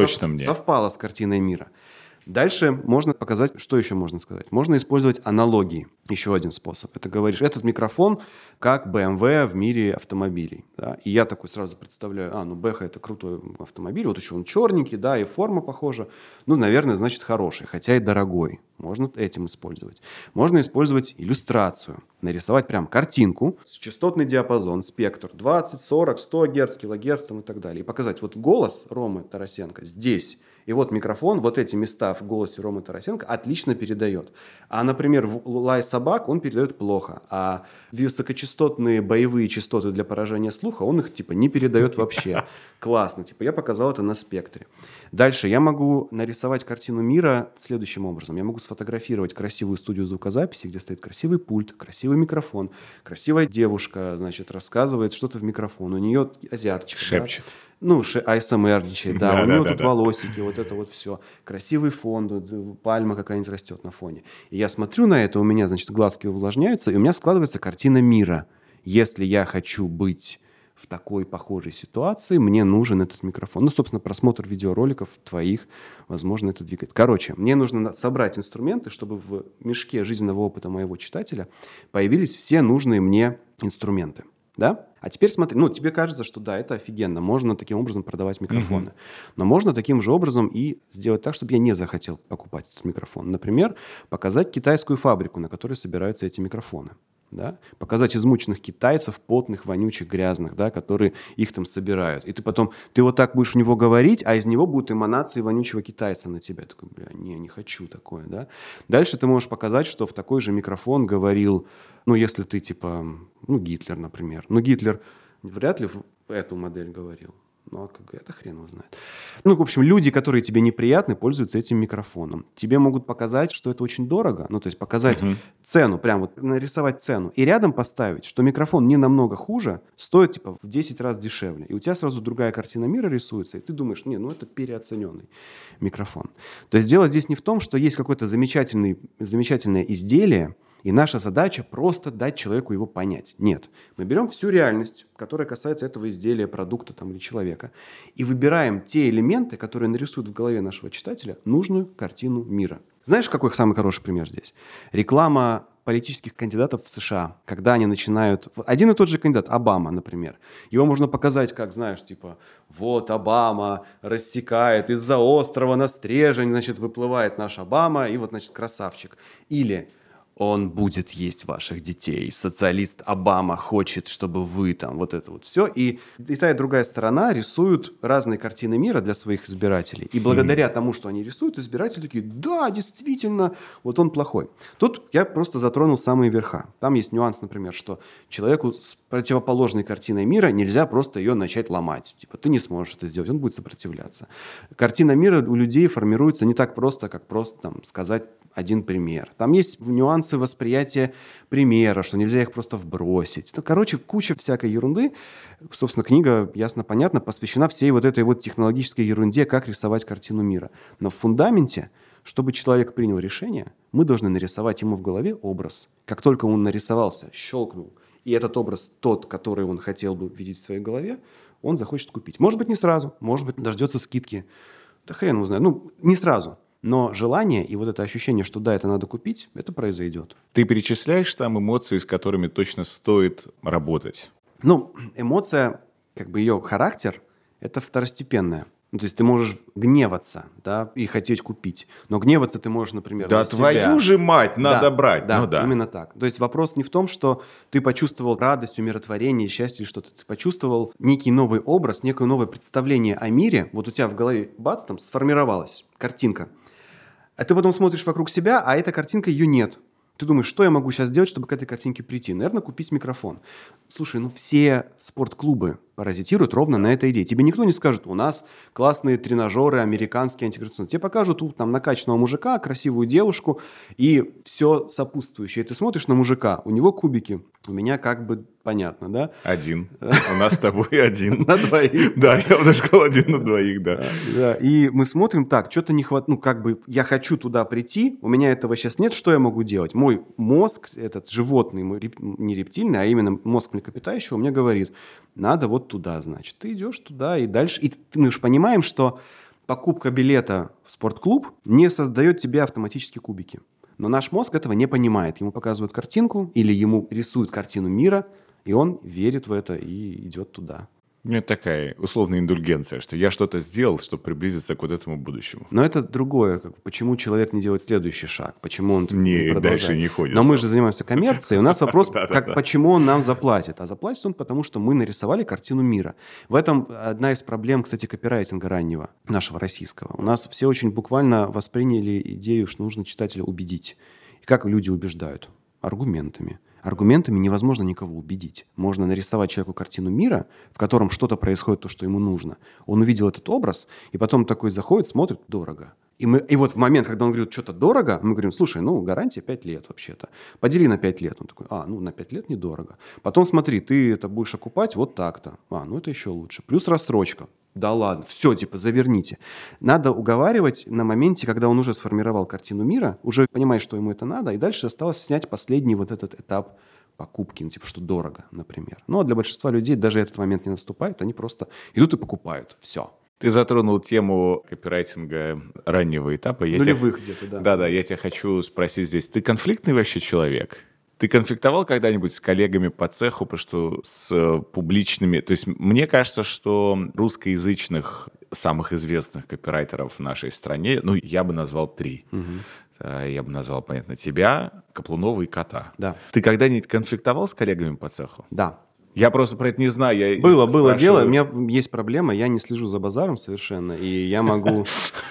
совпало с картиной мира. Дальше можно показать, что еще можно сказать. Можно использовать аналогии. Еще один способ. Это говоришь, этот микрофон как BMW в мире автомобилей. Да? И я такой сразу представляю, Бэха это крутой автомобиль, вот еще он черненький, да, и форма похожа. Наверное, значит хороший, хотя и дорогой. Можно этим использовать. Можно использовать иллюстрацию. Нарисовать прям картинку, частотный диапазон, спектр 20, 40, 100 Гц, килогерц и так далее. И показать, вот голос Ромы Тарасенко здесь. И вот микрофон, вот эти места в голосе Ромы Тарасенко отлично передает. А, например, лай собак он передает плохо. А высокочастотные боевые частоты для поражения слуха он их типа не передает вообще. Классно. Типа я показал это на спектре. Дальше я могу нарисовать картину мира следующим образом. Я могу сфотографировать красивую студию звукозаписи, где стоит красивый пульт, красивый микрофон, красивая девушка, значит, рассказывает что-то в микрофон. У нее азиатчика. Шепчет. АСМРничает, да. У него тут волосики, вот это вот все. Красивый фон, пальма какая-нибудь растет на фоне. И я смотрю на это, у меня, значит, глазки увлажняются, и у меня складывается картина мира. Если я хочу быть в такой похожей ситуации мне нужен этот микрофон. Ну, собственно, просмотр видеороликов твоих, возможно, это двигает. Короче, мне нужно собрать инструменты, чтобы в мешке жизненного опыта моего читателя появились все нужные мне инструменты. Да? А теперь смотри, ну, тебе кажется, что да, это офигенно, можно таким образом продавать микрофоны. Но можно таким же образом и сделать так, чтобы я не захотел покупать этот микрофон. Например, показать китайскую фабрику, на которой собираются эти микрофоны. Да? Показать измученных китайцев, потных, вонючих, грязных, да, которые их там собирают. И ты вот так будешь в него говорить, а из него будут эманации вонючего китайца на тебя. Я такой, не хочу такое, да. Дальше ты можешь показать, что в такой же микрофон говорил, ну, если ты типа, ну, Гитлер, например. Ну, Гитлер вряд ли в эту модель говорил. Ну, а как это хрен его знает. Ну, в общем, люди, которые тебе неприятны, пользуются этим микрофоном. Тебе могут показать, что это очень дорого. Ну, то есть показать цену, прям вот нарисовать цену. И рядом поставить, что микрофон не намного хуже, стоит типа в 10 раз дешевле. И у тебя сразу другая картина мира рисуется, и ты думаешь, ну это переоцененный микрофон. То есть дело здесь не в том, что есть какое-то замечательное изделие, и наша задача просто дать человеку его понять. Нет. Мы берем всю реальность, которая касается этого изделия, продукта там, или человека, и выбираем те элементы, которые нарисуют в голове нашего читателя нужную картину мира. Знаешь, какой самый хороший пример здесь? Реклама политических кандидатов в США, когда они начинают... Один и тот же кандидат, Обама, например. Его можно показать как, знаешь, типа, вот Обама рассекает из-за острова на Стрежень, значит, выплывает наш Обама, и вот, значит, красавчик. Или... он будет есть ваших детей. Социалист Обама хочет, чтобы вы там, вот это вот все. И та, и другая сторона рисуют разные картины мира для своих избирателей. И благодаря тому, что они рисуют, избиратели такие, да, действительно, вот он плохой. Тут я просто затронул самые верха. Там есть нюанс, например, что человеку с противоположной картиной мира нельзя просто ее начать ломать. Типа, ты не сможешь это сделать, он будет сопротивляться. Картина мира у людей формируется не так просто, как просто там сказать один пример. Там есть нюансы восприятия примера, что нельзя их просто вбросить. Ну, короче, куча всякой ерунды. Собственно, книга, ясно-понятно, посвящена всей вот этой вот технологической ерунде, как рисовать картину мира. Но в фундаменте, чтобы человек принял решение, мы должны нарисовать ему в голове образ. Как только он нарисовался, щелкнул, и этот образ тот, который он хотел бы видеть в своей голове, он захочет купить. Может быть, не сразу, может быть, дождется скидки. Да хрен его знает. Ну, не сразу. Но желание и вот это ощущение, что да, это надо купить, это произойдет. Ты перечисляешь там эмоции, с которыми точно стоит работать? Ну, эмоция, как бы ее характер, это второстепенное. Ну, то есть ты можешь гневаться, да, и хотеть купить. Но гневаться ты можешь, например, да на себя. твою же мать, надо брать. Да, ну, да, именно так. То есть вопрос не в том, что ты почувствовал радость, умиротворение, счастье или что-то. Ты почувствовал некий новый образ, некое новое представление о мире. Вот у тебя в голове, бац, там сформировалась картинка. А ты потом смотришь вокруг себя, а эта картинка, ее нет. Ты думаешь, что я могу сейчас сделать, чтобы к этой картинке прийти? Наверное, купить микрофон. Слушай, ну все спортклубы паразитируют ровно на этой идее. Тебе никто не скажет, у нас классные тренажеры, американские антигравитационные. Тебе покажут тут там накачанного мужика, красивую девушку и все сопутствующее. И ты смотришь на мужика, у него кубики, у меня как бы понятно, да? Один. У нас с тобой один. На двоих. Да, я бы даже сказал 1 на 2, да. Да, и мы смотрим, так, что-то не хватает, ну, как бы, я хочу туда прийти, у меня этого сейчас нет, что я могу делать? Мой мозг, этот животный, не рептильный, а именно мозг млекопитающего, мне говорит, надо вот туда, значит. Ты идешь туда и дальше. И мы же понимаем, что покупка билета в спортклуб не создает тебе автоматически кубики. Но наш мозг этого не понимает. Ему показывают картинку или ему рисуют картину мира, и он верит в это и идет туда. Это такая условная индульгенция, что я что-то сделал, чтобы приблизиться к вот этому будущему. Но это другое. Почему человек не делает следующий шаг? Почему он не продолжает? Дальше не ходит. Но мы же занимаемся коммерцией. У нас вопрос, почему он нам заплатит. А заплатит он, потому что мы нарисовали картину мира. В этом одна из проблем, кстати, копирайтинга раннего, нашего российского. У нас все очень буквально восприняли идею, что нужно читателя убедить. И как люди убеждают? Аргументами. Аргументами невозможно никого убедить. Можно нарисовать человеку картину мира, в котором что-то происходит, то, что ему нужно. Он увидел этот образ, и потом такой заходит, смотрит, дорого. И вот в момент, когда он говорит, что-то дорого, мы говорим, слушай, ну, гарантия 5 лет вообще-то. Подели на 5 лет. Он такой, на 5 лет недорого. Потом смотри, ты это будешь окупать вот так-то. Это еще лучше. Плюс рассрочка. Да ладно, все, заверните. Надо уговаривать на моменте, когда он уже сформировал картину мира, уже понимает, что ему это надо, и дальше осталось снять последний вот этот этап покупки, ну, типа, что дорого, например. Но для большинства людей даже этот момент не наступает, они просто идут и покупают. Все. Ты затронул тему копирайтинга раннего этапа. Нулевых где-то, да. Да, я тебя хочу спросить здесь. Ты конфликтный вообще человек? Ты конфликтовал когда-нибудь с коллегами по цеху, потому что с публичными... То есть мне кажется, что русскоязычных самых известных копирайтеров в нашей стране, ну, я бы назвал 3. Я бы назвал, понятно, тебя, Каплунова и Кота. Да. Ты когда-нибудь конфликтовал с коллегами по цеху? Да. Я просто про это не знаю. Было дело. У меня есть проблема, я не слежу за базаром совершенно, и я могу...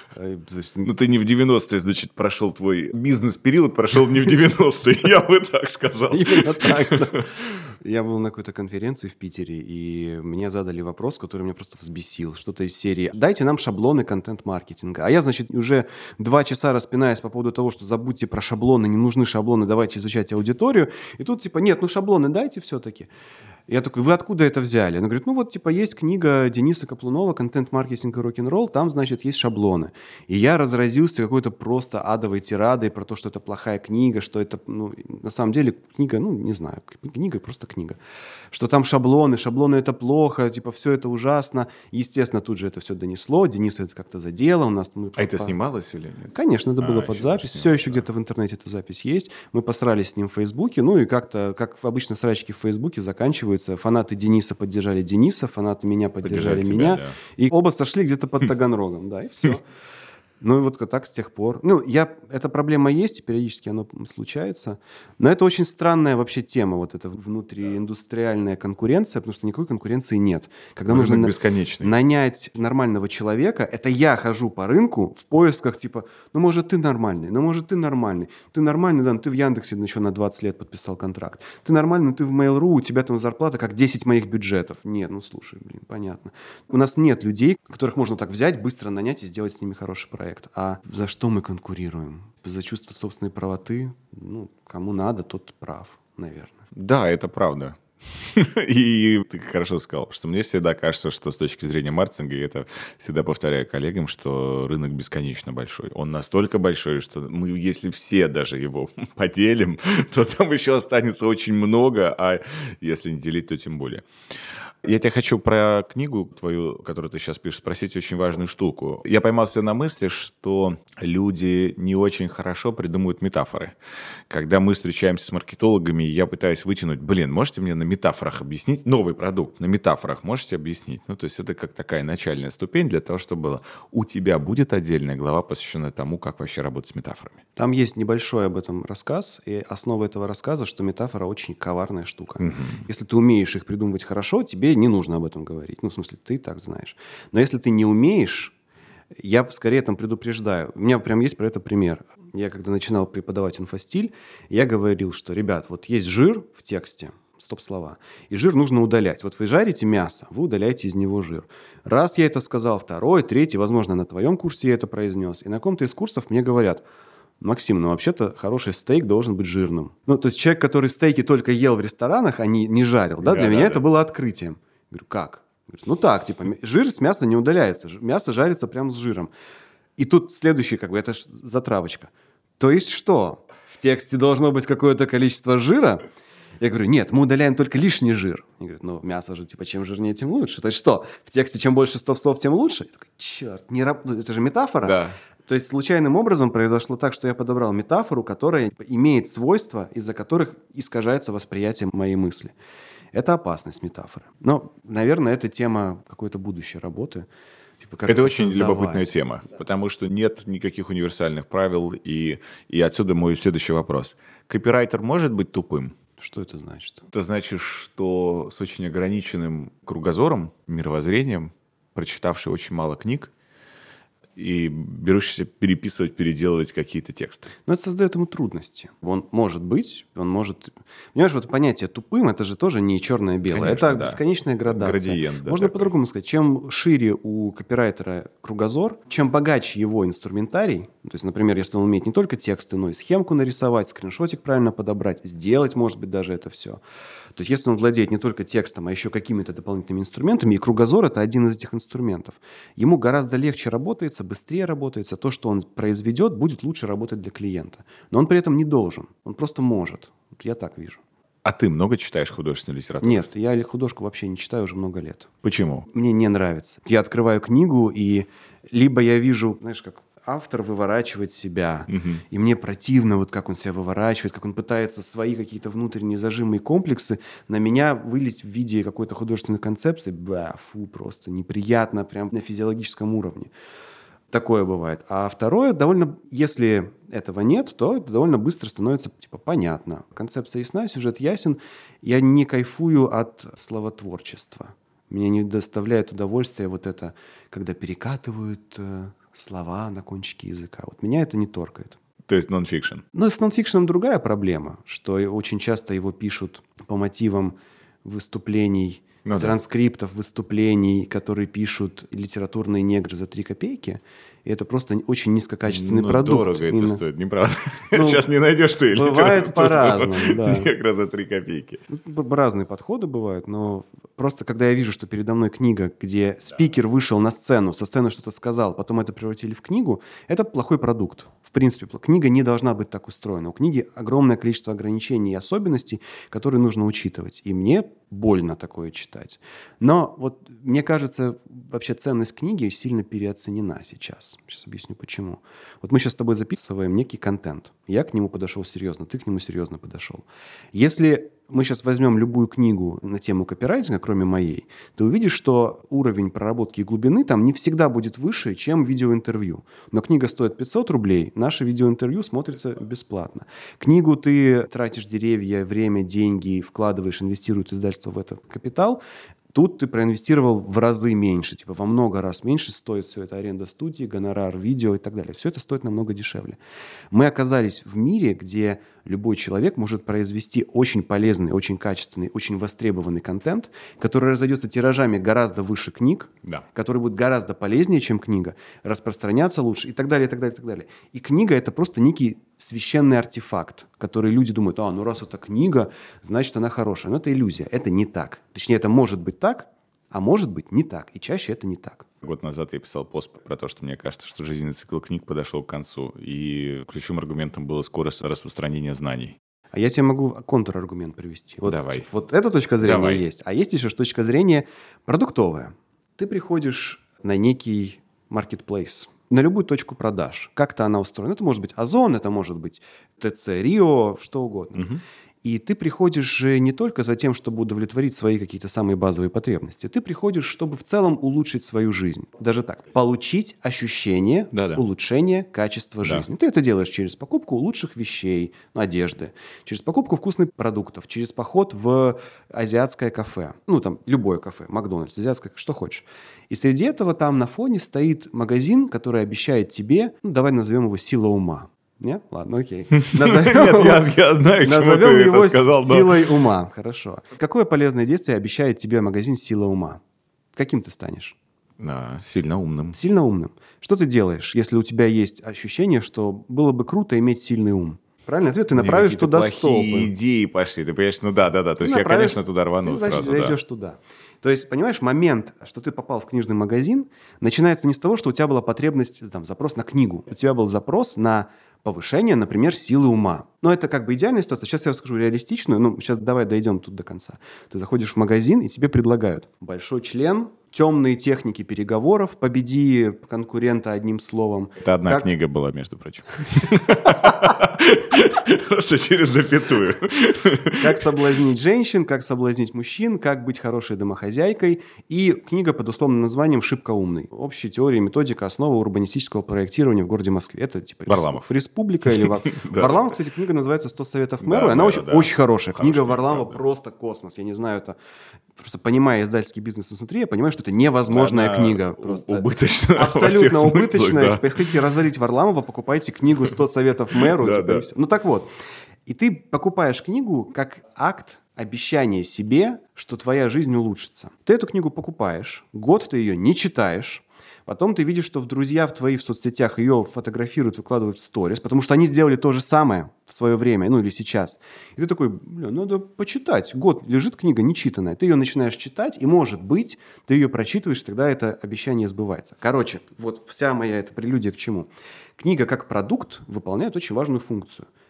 Ну, ты не в 90-е, значит, прошел твой бизнес-период, прошел не в 90-е, я бы так сказал. Именно так, да. Я был на какой-то конференции в Питере, и мне задали вопрос, который меня просто взбесил. Что-то из серии «Дайте нам шаблоны контент-маркетинга». А я, значит, уже 2 часа распинаюсь по поводу того, что забудьте про шаблоны, не нужны шаблоны, давайте изучать аудиторию. И тут типа нет, ну шаблоны дайте все-таки. Я такой, вы откуда это взяли? Она говорит, ну вот, типа, есть книга Дениса Каплунова «Контент-маркетинг и рок-н-ролл», там, значит, есть шаблоны. И я разразился какой-то просто адовой тирадой про то, что это плохая книга, что это, ну, на самом деле, книга, ну, не знаю, книга просто книга. Что там шаблоны это плохо, типа, все это ужасно. Естественно, тут же это все донесло, Дениса это как-то задело. У нас, это снималось или нет? Конечно, это было под запись. Все еще где-то в интернете эта запись есть. Мы посрались с ним в Фейсбуке, ну и как-то, как обычно срачки в Фейсбуке заканчиваются. Фанаты Дениса поддержали Дениса, фанаты меня поддержали меня. Да. И оба сошли где-то под Таганрогом, да, и все. Ну и вот так с тех пор. Ну, эта проблема есть, и периодически она случается. Но это очень странная вообще тема, вот эта внутрииндустриальная конкуренция, потому что никакой конкуренции нет. Когда нужно нанять нормального человека, это я хожу по рынку в поисках типа, ну, может, ты нормальный, Ты нормальный, да, ты в Яндексе еще на 20 лет подписал контракт. Ты нормальный, ты в Mail.ru, у тебя там зарплата как 10 моих бюджетов. Нет, ну, слушай, понятно. У нас нет людей, которых можно так взять, быстро нанять и сделать с ними хороший проект. А за что мы конкурируем? За чувство собственной правоты? Ну, кому надо, тот прав, наверное. Да, это правда. И ты хорошо сказал, что мне всегда кажется, что с точки зрения маркетинга, я это всегда повторяю коллегам, что рынок бесконечно большой. Он настолько большой, что мы, если все даже его поделим, то там еще останется очень много, а если не делить, то тем более. Я тебя хочу про книгу твою, которую ты сейчас пишешь, спросить очень важную штуку. Я поймался на мысли, что люди не очень хорошо придумывают метафоры. Когда мы встречаемся с маркетологами, я пытаюсь вытянуть, можете мне на метафорах объяснить новый продукт, на метафорах можете объяснить? Ну, то есть это как такая начальная ступень для того, чтобы у тебя будет отдельная глава, посвященная тому, как вообще работать с метафорами. Там есть небольшой об этом рассказ, и основа этого рассказа, что метафора очень коварная штука. Угу. Если ты умеешь их придумывать хорошо, тебе не нужно об этом говорить. Ну, в смысле, ты так знаешь. Но если ты не умеешь, я скорее там предупреждаю. У меня прям есть про это пример. Я когда начинал преподавать инфостиль, я говорил, что, ребят, вот есть жир в тексте, стоп-слова, и жир нужно удалять. Вот вы жарите мясо, вы удаляете из него жир. Раз я это сказал, второй, третий, возможно, на твоем курсе я это произнес. И на каком-то из курсов мне говорят, Максим, ну вообще-то хороший стейк должен быть жирным. Ну, то есть человек, который стейки только ел в ресторанах, а не жарил, да, для меня это было открытием. Говорю, как? Говорит, ну так, типа, жир с мяса не удаляется, мясо жарится прямо с жиром. И тут следующий, это затравочка. То есть что? В тексте должно быть какое-то количество жира? Я говорю, нет, мы удаляем только лишний жир. Они говорят, ну мясо же, чем жирнее, тем лучше. То есть что? В тексте чем больше стоп-слов, тем лучше? Я такой, черт, это же метафора. Да. То есть случайным образом произошло так, что я подобрал метафору, которая имеет свойства, из-за которых искажается восприятие моей мысли. Это опасность метафоры. Но, наверное, это тема какой-то будущей работы. Это очень любопытная тема, потому что нет никаких универсальных правил, и отсюда мой следующий вопрос. Копирайтер может быть тупым? Что это значит? Это значит, что с очень ограниченным кругозором, мировоззрением, прочитавший очень мало книг, и берущийся переписывать, переделывать какие-то тексты. Но это создает ему трудности. Он может... Понимаешь, вот понятие «тупым» — это же тоже не черное-белое. Конечно, это бесконечная градация. Градиент, да. Можно по-другому сказать. Чем шире у копирайтера кругозор, чем богаче его инструментарий, то есть, например, если он умеет не только тексты, но и схемку нарисовать, скриншотик правильно подобрать, сделать, может быть, даже это все. То есть, если он владеет не только текстом, а еще какими-то дополнительными инструментами, и кругозор — это один из этих инструментов, ему гораздо легче работается, быстрее работается, то, что он произведет, будет лучше работать для клиента. Но он при этом не должен, он просто может. Я так вижу. А ты много читаешь художественную литературу? Нет, я художку вообще не читаю уже много лет. Почему? Мне не нравится. Я открываю книгу, и либо я вижу, знаешь, как автор выворачивает себя, и мне противно, вот как он себя выворачивает, как он пытается свои какие-то внутренние зажимы и комплексы на меня вылить в виде какой-то художественной концепции. Фу, просто неприятно, прям на физиологическом уровне. Такое бывает. А второе, если этого нет, то это довольно быстро становится, понятно. Концепция ясна, сюжет ясен. Я не кайфую от словотворчества. Мне не доставляет удовольствия вот это, когда перекатывают слова на кончике языка. Вот меня это не торкает. То есть нон-фикшн? Но с нон-фикшеном другая проблема, что очень часто его пишут по мотивам выступлений, транскриптов выступлений, которые пишут литературные негры за 3 копейки. И это просто очень низкокачественный продукт. Дорого это стоит, неправда. Сейчас не найдешь ты бывает по-разному, да. Негра за 3 копейки. Разные подходы бывают, но просто когда я вижу, что передо мной книга, где спикер вышел на сцену, со сцены что-то сказал, потом это превратили в книгу, это плохой продукт. В принципе, книга не должна быть так устроена. У книги огромное количество ограничений и особенностей, которые нужно учитывать. И мне больно такое читать. Но вот мне кажется, вообще ценность книги сильно переоценена сейчас. Сейчас объясню, почему. Вот мы сейчас с тобой записываем некий контент. Я к нему подошел серьезно, ты к нему серьезно подошел. Если мы сейчас возьмем любую книгу на тему копирайтинга, кроме моей, ты увидишь, что уровень проработки и глубины там не всегда будет выше, чем видеоинтервью. Но книга стоит 500 рублей, наше видеоинтервью смотрится бесплатно. Книгу ты тратишь деревья, время, деньги, вкладываешь, инвестирует издательство в это капитал. Тут ты проинвестировал в разы меньше, во много раз меньше стоит все это аренда студии, гонорар, видео и так далее. Все это стоит намного дешевле. Мы оказались в мире, где любой человек может произвести очень полезный, очень качественный, очень востребованный контент, который разойдется тиражами гораздо выше книг, который будет гораздо полезнее, чем книга, распространяться лучше и так далее, и так далее, и так далее. И книга — это просто некий священный артефакт, который люди думают, раз это книга, значит, она хорошая. Но это иллюзия, это не так. Точнее, это может быть так, а может быть не так. И чаще это не так. Год назад я писал пост про то, что мне кажется, что жизненный цикл книг подошел к концу. И ключевым аргументом была скорость распространения знаний. А я тебе могу контраргумент привести. Давай. Вот эта точка зрения есть. А есть еще точка зрения продуктовая. Ты приходишь на некий маркетплейс, на любую точку продаж. Как-то она устроена. Это может быть Озон, это может быть ТЦ Рио, что угодно. И ты приходишь же не только за тем, чтобы удовлетворить свои какие-то самые базовые потребности. Ты приходишь, чтобы в целом улучшить свою жизнь. Даже так. Получить ощущение улучшения качества жизни. Ты это делаешь через покупку лучших вещей, одежды, через покупку вкусных продуктов, через поход в азиатское кафе. Любое кафе, Макдональдс, азиатское, что хочешь. И среди этого там на фоне стоит магазин, который обещает тебе, давай назовем его «Сила ума». Нет? Ладно, окей. Нет, я знаю, к чему назовем ты его это сказал. «Силой ума». Хорошо. Какое полезное действие обещает тебе магазин «Сила ума»? Каким ты станешь? Сильно умным. Сильно умным. Что ты делаешь, если у тебя есть ощущение, что было бы круто иметь сильный ум? Правильный ответ, ты направишь туда стопы. Плохие идеи пошли, ты понимаешь? То есть я, конечно, туда рванул сразу. Ты зайдешь туда. То есть, понимаешь, момент, что ты попал в книжный магазин, начинается не с того, что у тебя была потребность, запрос на книгу. У тебя был запрос на повышение, например, силы ума. Но это идеальная ситуация. Сейчас я расскажу реалистичную. Сейчас давай дойдем тут до конца. Ты заходишь в магазин, и тебе предлагают большой член, темные техники переговоров, победи конкурента одним словом. Это одна книга была, между прочим. Просто через запятую. Как соблазнить женщин, как соблазнить мужчин, как быть хорошей домохозяйкой. И книга под условным названием «Шибко умный». Общие теории и методика основы урбанистического проектирования в городе Москве. Это Варламов. Республика или Варламов, кстати, книга называется «100 советов мэру». Она очень хорошая. Книга Варламова просто космос. Я не знаю, это... Просто понимая издательский бизнес изнутри, я понимаю, что это невозможная книга. Просто убыточная. Абсолютно убыточная. Если хотите разорить Варламова, покупайте книгу «100 советов мэру». И все. Так вот. И ты покупаешь книгу как акт обещания себе, что твоя жизнь улучшится. Ты эту книгу покупаешь, год ты ее не читаешь, потом ты видишь, что друзья твои в соцсетях ее фотографируют, выкладывают в сторис, потому что они сделали то же самое в свое время, или сейчас. И ты такой, надо почитать. Год лежит книга нечитанная. Ты ее начинаешь читать, и, может быть, ты ее прочитываешь, тогда это обещание сбывается. Короче, вот вся моя эта прелюдия к чему. Книга как продукт выполняет очень важную функцию.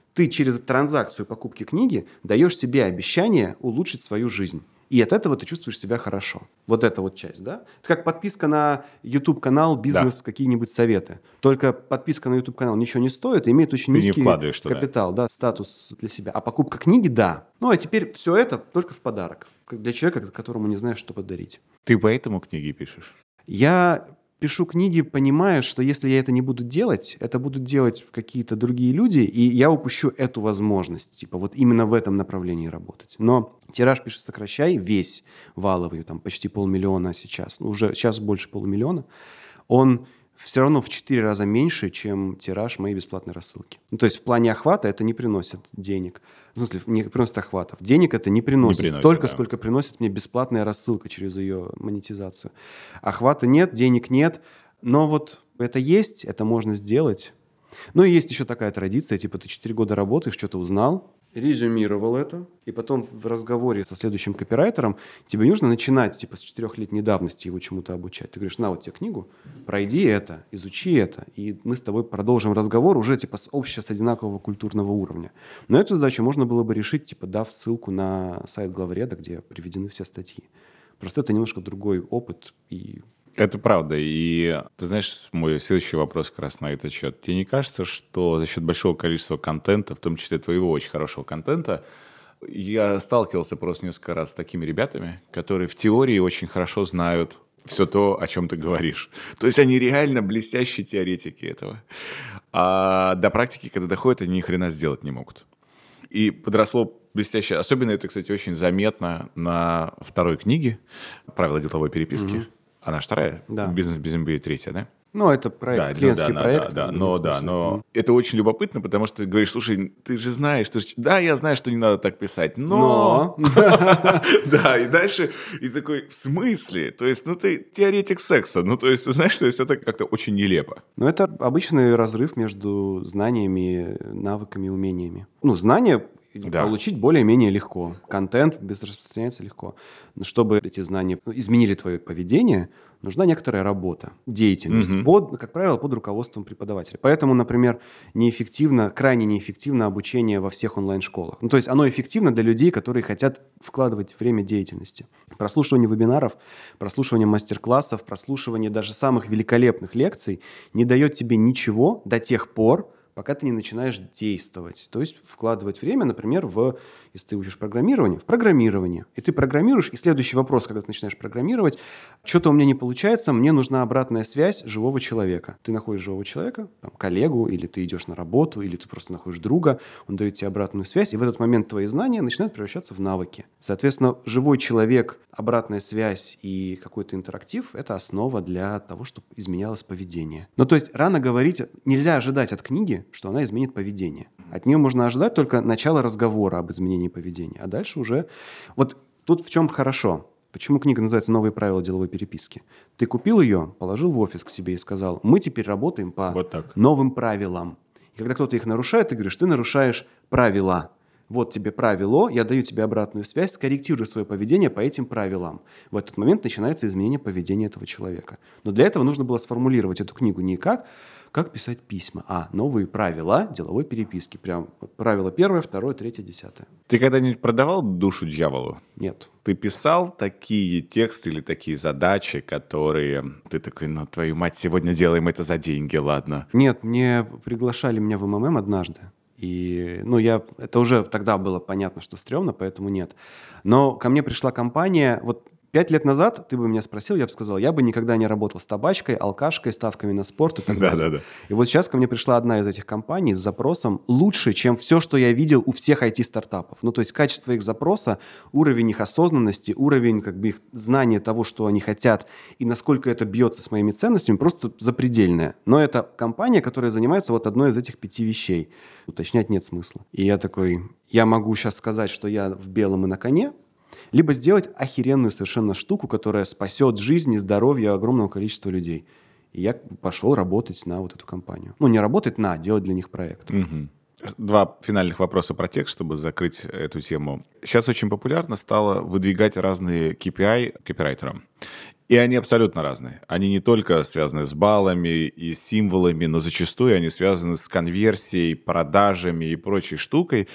Ты через транзакцию покупки книги даешь себе обещание улучшить свою жизнь. И от этого ты чувствуешь себя хорошо. Вот эта вот часть, да? Это как подписка на YouTube-канал «Бизнес», Да. какие-нибудь советы. Только подписка на YouTube-канал ничего не стоит и имеет очень Ты не низкий вкладываешь туда. капитал, да, статус для себя. А покупка книги – да. Ну, а теперь все это только в подарок. Как для человека, которому не знаешь, что подарить. Ты поэтому книги пишешь? Я пишу книги, понимая, что если я это не буду делать, это будут делать какие-то другие люди, и я упущу эту возможность, типа вот именно в этом направлении работать. Но тираж «Пиши, сокращай» весь валовый, там почти 500 000 сейчас, ну, уже сейчас больше 500 000, он все равно в 4 раза меньше, чем тираж моей бесплатной рассылки. Ну, то есть в плане охвата это не приносит денег. В смысле, не приносит охватов. Денег это не приносит, столько, да. сколько приносит мне бесплатная рассылка через ее монетизацию. Охвата нет, денег нет, но вот это есть, это можно сделать. Ну и есть еще такая традиция, типа ты 4 года работаешь, что-то узнал, резюмировал это, и потом в разговоре со следующим копирайтером тебе не нужно начинать типа с 4-летней давности его чему-то обучать. Ты говоришь, на вот тебе книгу, пройди это, изучи это, и мы с тобой продолжим разговор уже типа с одинакового культурного уровня. Но эту задачу можно было бы решить, типа дав ссылку на сайт главреда, где приведены все статьи. Просто это немножко другой опыт и... Это правда. И ты знаешь, мой следующий вопрос как раз на этот счет. Тебе не кажется, что за счет большого количества контента, в том числе твоего очень хорошего контента, я сталкивался просто несколько раз с такими ребятами, которые в теории очень хорошо знают все то, о чем ты говоришь. То есть они реально блестящие теоретики этого. А до практики, когда доходят, они ни хрена сделать не могут. И подросло блестяще. Особенно это, кстати, очень заметно на второй книге «Правила деловой переписки». Она же вторая, Да. «Бизнес без MBA» третья, да? Ну, это проект, клиентский проект. Но это очень любопытно, потому что ты говоришь, слушай, ты же знаешь, да, я знаю, что не надо так писать, но... Да, и дальше, и такой, в смысле? То есть, ну, ты теоретик секса, ну, то есть, ты знаешь, то есть, это как-то очень нелепо. Ну, это обычный разрыв между знаниями, навыками, умениями. Ну, знания получить более-менее легко. Контент распространяется легко. Но чтобы эти знания изменили твое поведение, нужна некоторая работа, деятельность, как правило, под руководством преподавателя. Поэтому, например, крайне неэффективно обучение во всех онлайн-школах. Ну, то есть оно эффективно для людей, которые хотят вкладывать время деятельности. Прослушивание вебинаров, прослушивание мастер-классов, прослушивание даже самых великолепных лекций не дает тебе ничего до тех пор, пока ты не начинаешь действовать. То есть вкладывать время, например, если ты учишь программирование, в программирование. И ты программируешь, и следующий вопрос, когда ты начинаешь программировать, что-то у меня не получается, мне нужна обратная связь живого человека. Ты находишь живого человека, там, коллегу, или ты идешь на работу, или ты просто находишь друга, он дает тебе обратную связь, и в этот момент твои знания начинают превращаться в навыки. Соответственно, живой человек, обратная связь и какой-то интерактив – это основа для того, чтобы изменялось поведение. Ну, то есть рано говорить, нельзя ожидать от книги, что она изменит поведение. От нее можно ожидать только начала разговора об изменении поведения. А дальше уже... Вот тут в чем хорошо. Почему книга называется «Новые правила деловой переписки»? Ты купил ее, положил в офис к себе и сказал, мы теперь работаем по новым правилам. И когда кто-то их нарушает, ты говоришь, ты нарушаешь правила. Вот тебе правило, я даю тебе обратную связь, скорректируй свое поведение по этим правилам. В этот момент начинается изменение поведения этого человека. Но для этого нужно было сформулировать эту книгу не как писать письма, а новые правила деловой переписки. Прям правило 1, 2, 3, 10. Ты когда-нибудь продавал душу дьяволу? Нет. Ты писал такие тексты или такие задачи, которые ты такой, ну, твою мать, сегодня делаем это за деньги, ладно? Нет, приглашали меня в МММ однажды. И, это уже тогда было понятно, что стрёмно, поэтому нет. Но ко мне пришла компания, 5 лет назад ты бы меня спросил, я бы сказал, я бы никогда не работал с табачкой, алкашкой, ставками на спорт и так далее. Да. И вот сейчас ко мне пришла одна из этих компаний с запросом лучше, чем все, что я видел у всех IT-стартапов. Ну, то есть качество их запроса, уровень их осознанности, уровень их знания того, что они хотят, и насколько это бьется с моими ценностями, просто запредельное. Но это компания, которая занимается одной из этих 5 вещей. Уточнять нет смысла. И я такой, я могу сейчас сказать, что я в белом и на коне, либо сделать охеренную совершенно штуку, которая спасет жизнь и здоровье огромного количества людей. И я пошел работать на эту компанию. Ну, не работать делать для них проект. 2 финальных вопроса про текст, чтобы закрыть эту тему. Сейчас очень популярно стало выдвигать разные KPI копирайтерам. И они абсолютно разные. Они не только связаны с баллами и символами, но зачастую они связаны с конверсией, продажами и прочей штукой.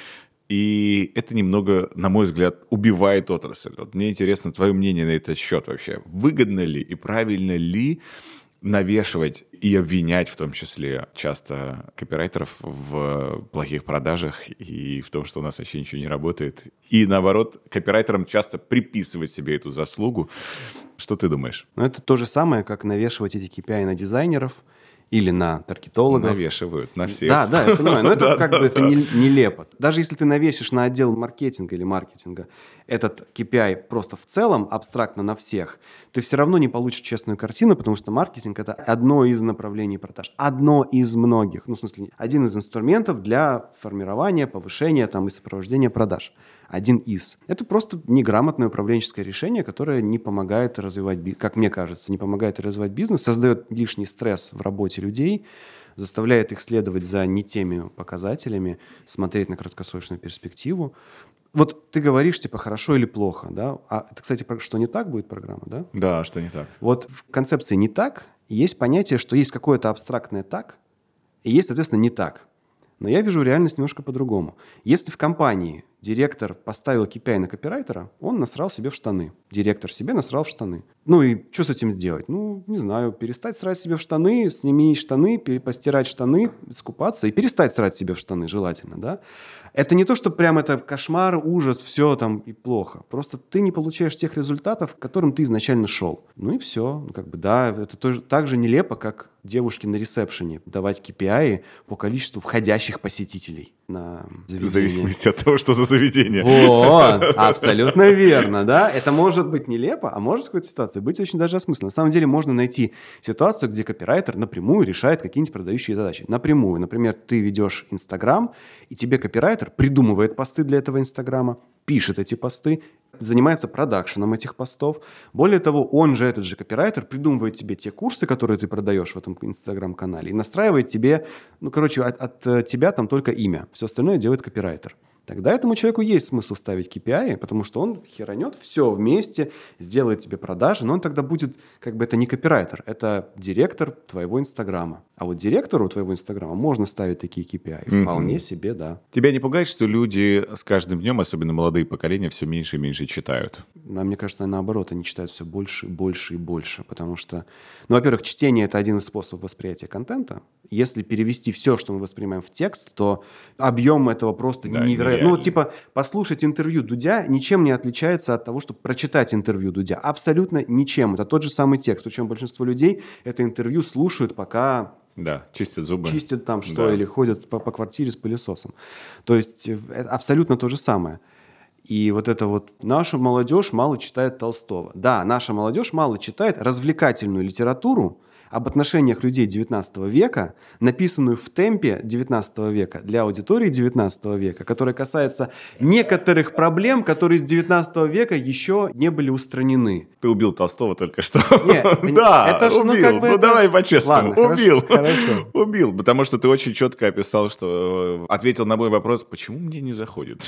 И это немного, на мой взгляд, убивает отрасль. Вот мне интересно твое мнение на этот счет вообще. Выгодно ли и правильно ли навешивать и обвинять в том числе часто копирайтеров в плохих продажах и в том, что у нас вообще ничего не работает. И наоборот, копирайтерам часто приписывать себе эту заслугу. Что ты думаешь? Но это то же самое, как навешивать эти KPI на дизайнеров или на таргетологов. Навешивают на всех. Да, я понимаю, но это как бы это нелепо. Даже если ты навесишь на отдел маркетинга или маркетинга этот KPI просто в целом, абстрактно на всех, ты все равно не получишь честную картину, потому что маркетинг – это одно из направлений продаж, одно из многих, ну, в смысле, один из инструментов для формирования, повышения там, и сопровождения продаж. Один из. Это просто неграмотное управленческое решение, которое не помогает развивать, как мне кажется, не помогает развивать бизнес, создает лишний стресс в работе людей, заставляет их следовать за не теми показателями, смотреть на краткосрочную перспективу. Вот ты говоришь, типа, хорошо или плохо, да? А это, кстати, что не так будет программа, да? Да, что не так. Вот в концепции «не так» есть понятие, что есть какое-то абстрактное «так», и есть, соответственно, «не так». Но я вижу реальность немножко по-другому. Если в компании директор поставил KPI на копирайтера, он насрал себе в штаны. Директор себе насрал в штаны. Ну и что с этим сделать? Ну, не знаю, перестать срать себе в штаны, сними штаны, постирать штаны, искупаться и перестать срать себе в штаны, желательно, да? Это не то, что прям это кошмар, ужас, все там и плохо. Просто ты не получаешь тех результатов, к которым ты изначально шел. Ну и все. Ну, как бы, да, это тоже так же нелепо, как девушке на ресепшене давать KPI по количеству входящих посетителей на заведение. В зависимости от того, что за заведение. Вот, абсолютно верно, да. Это может быть нелепо, а может в какой-то ситуации быть очень даже осмысленно. На самом деле можно найти ситуацию, где копирайтер напрямую решает какие-нибудь продающие задачи. Напрямую. Например, ты ведешь Инстаграм, и тебе копирайтер придумывает посты для этого Инстаграма, пишет эти посты, занимается продакшеном этих постов. Более того, он же, этот же копирайтер, придумывает тебе те курсы, которые ты продаешь в этом Инстаграм-канале, и настраивает тебе, ну, короче, от тебя там только имя. Все остальное делает копирайтер. Тогда этому человеку есть смысл ставить KPI, потому что он херанет все вместе, сделает тебе продажи, но он тогда будет, как бы это не копирайтер, это директор твоего Инстаграма. А вот директору твоего Инстаграма можно ставить такие KPI. Вполне себе, да. Тебя не пугает, что люди с каждым днем, особенно молодые поколения, все меньше и меньше читают? А мне кажется, наоборот, они читают все больше, больше и больше, потому что, ну, во-первых, чтение – это один из способов восприятия контента. Если перевести все, что мы воспринимаем в текст, то объем этого просто невероятный. Ну, вот, типа, послушать интервью Дудя ничем не отличается от того, чтобы прочитать интервью Дудя. Абсолютно ничем. Это тот же самый текст. Причем большинство людей это интервью слушают, пока... Да, чистят зубы. Чистят там что, да. Или ходят по квартире с пылесосом. То есть это абсолютно то же самое. И вот это вот наша молодежь мало читает Толстого. Да, наша молодежь мало читает развлекательную литературу об отношениях людей XIX века, написанную в темпе XIX века для аудитории XIX века, которая касается некоторых проблем, которые с XIX века еще не были устранены. Ты убил Толстого только что. Нет, да, это ж, убил. Ну, как бы давай по-честному. Ладно, убил. Хорошо. Убил, потому что ты очень четко описал, что ответил на мой вопрос, почему мне не заходит.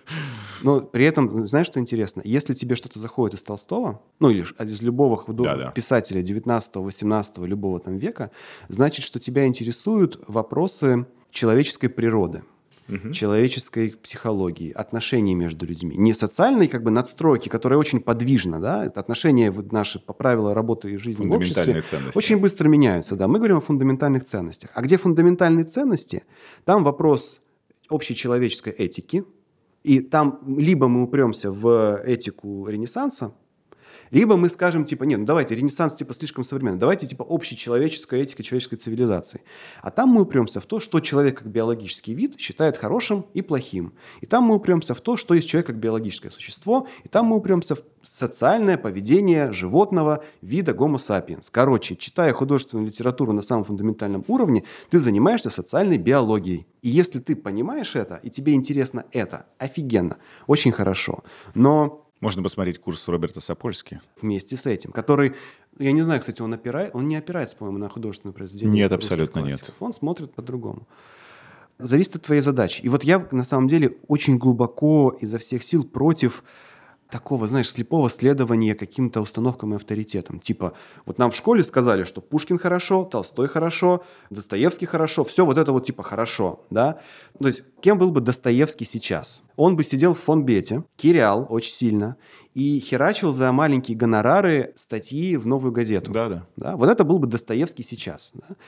Но при этом, знаешь, что интересно? Если тебе что-то заходит из Толстого, ну или из любого писателя 19, 18, любого там века, значит, что тебя интересуют вопросы человеческой природы, человеческой психологии, отношений между людьми. Не социальной как бы надстройки, которая очень подвижна, да, это отношения вот наши по правилам работы и жизни в обществе ценности. Очень быстро меняются, да. Мы говорим о фундаментальных ценностях. А где фундаментальные ценности, там вопрос общечеловеческой этики, и там либо мы упремся в этику Ренессанса, либо мы скажем, типа, нет, ну давайте, Ренессанс, типа, слишком современный, давайте, типа, общечеловеческая этика человеческой цивилизации. А там мы упремся в то, что человек как биологический вид считает хорошим и плохим. И там мы упремся в то, что есть человек как биологическое существо, и там мы упремся в социальное поведение животного вида Homo sapiens. Короче, читая художественную литературу на самом фундаментальном уровне, ты занимаешься социальной биологией. И если ты понимаешь это, и тебе интересно это, офигенно, очень хорошо. Но... Можно посмотреть курс Роберта Сапольски. Вместе с этим, который, я не знаю, кстати, он не опирается, по-моему, на художественное произведение. Нет, абсолютно нет. Он смотрит по-другому. Зависит от твоей задачи. И вот я, на самом деле, очень глубоко изо всех сил против такого, знаешь, слепого следования каким-то установкам и авторитетам. Типа, вот нам в школе сказали, что Пушкин хорошо, Толстой хорошо, Достоевский хорошо, все вот это вот типа хорошо, да? То есть, кем был бы Достоевский сейчас? Он бы сидел в фонбете, кирял очень сильно и херачил за маленькие гонорары статьи в «Новую газету». Да. Да? Вот это был бы Достоевский сейчас. Да?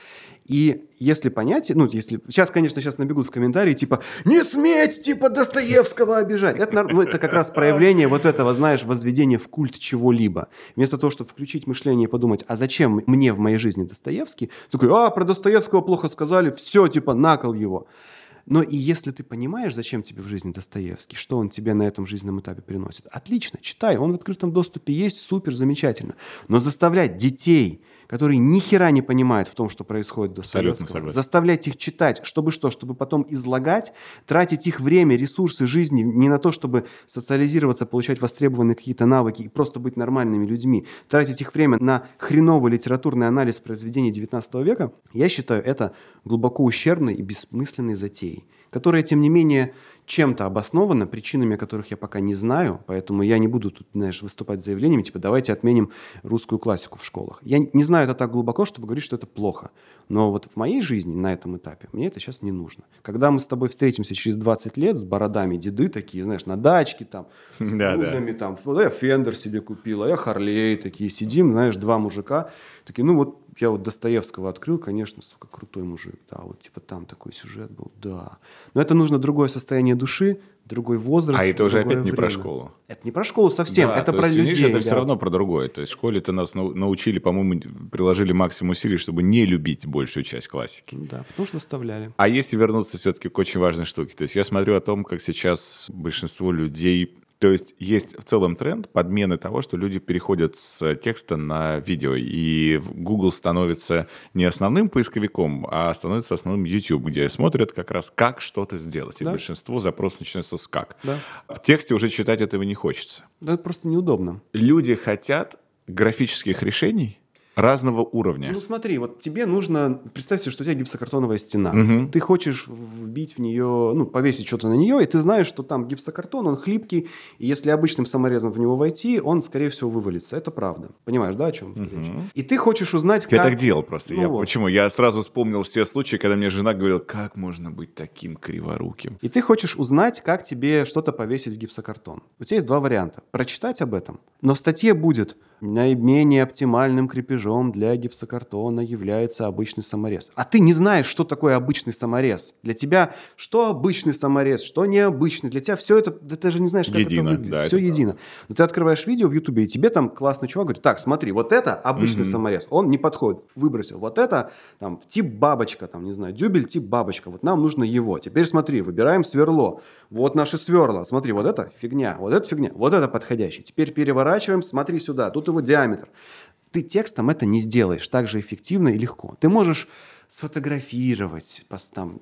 И если понять, ну, если... Сейчас, конечно, набегут в комментарии, типа, не сметь, типа, Достоевского обижать. Это как раз проявление вот этого, знаешь, возведения в культ чего-либо. Вместо того, чтобы включить мышление и подумать, а зачем мне в моей жизни Достоевский? Такой, про Достоевского плохо сказали, все, типа, на кол его. Но и если ты понимаешь, зачем тебе в жизни Достоевский, что он тебе на этом жизненном этапе приносит, отлично, читай, он в открытом доступе есть, супер, замечательно. Но заставлять детей, которые ни хера не понимают в том, что происходит в Достоевском, заставлять их читать, чтобы что? Чтобы потом излагать, тратить их время, ресурсы жизни не на то, чтобы социализироваться, получать востребованные какие-то навыки и просто быть нормальными людьми, тратить их время на хреновый литературный анализ произведений XIX века, я считаю, это глубоко ущербной и бессмысленной затеей, которая, тем не менее, чем-то обоснована, причинами которых я пока не знаю, поэтому я не буду тут, знаешь, выступать с заявлениями, типа, давайте отменим русскую классику в школах. Я не знаю это так глубоко, чтобы говорить, что это плохо. Но вот в моей жизни на этом этапе мне это сейчас не нужно. Когда мы с тобой встретимся через 20 лет с бородами, деды такие, знаешь, на дачке там, с грузами там, я Фендер себе купил, а я Харлей, такие сидим, знаешь, два мужика, такие, ну вот я вот Достоевского открыл, конечно, сука, крутой мужик, да, вот типа там такой сюжет был, да. Но это нужно другое состояние души, другой возраст. А это уже опять не время. про школу. Это не про школу совсем, да, это про людей. Это все равно про другое. То есть в школе-то нас научили, по-моему, приложили максимум усилий, чтобы не любить большую часть классики. Да, потому что заставляли. А если вернуться все-таки к очень важной штуке, то есть я смотрю о том, как сейчас большинство людей... То есть есть в целом тренд подмены того, что люди переходят с текста на видео, и Google становится не основным поисковиком, а становится основным YouTube, где смотрят как раз, как что-то сделать. И большинство запросов начинается с «как». Да. В тексте уже читать этого не хочется. Да, это просто неудобно. Люди хотят графических решений разного уровня. Ну смотри, вот тебе нужно, представь себе, что у тебя гипсокартоновая стена. Угу. Ты хочешь вбить в нее, ну, повесить что-то на нее, и ты знаешь, что там гипсокартон, он хлипкий, и если обычным саморезом в него войти, он, скорее всего, вывалится. Это правда. Понимаешь, да, о чем речь? И ты хочешь узнать, как... Я так делал просто. Ну, Почему? Я сразу вспомнил все случаи, когда мне жена говорила, как можно быть таким криворуким. И ты хочешь узнать, как тебе что-то повесить в гипсокартон. У тебя есть два варианта. Прочитать об этом, но в статье будет: наименее оптимальным крепежом для гипсокартона является обычный саморез. А ты не знаешь, что такое обычный саморез. Для тебя что обычный саморез, что необычный. Для тебя все это, ты же не знаешь, как едино, это выглядит. Да, все это едино. Но ты открываешь видео в Ютубе, и тебе там классный чувак говорит: так, смотри, вот это обычный саморез, он не подходит, выбросил. Вот это там тип бабочка, там, не знаю, дюбель тип бабочка, вот нам нужно его. Теперь смотри, выбираем сверло. Вот наши сверла. Смотри, вот это фигня, вот это подходящий. Теперь переворачиваем, смотри сюда, тут его диаметр. Ты текстом это не сделаешь так же эффективно и легко. Ты можешь сфотографировать там,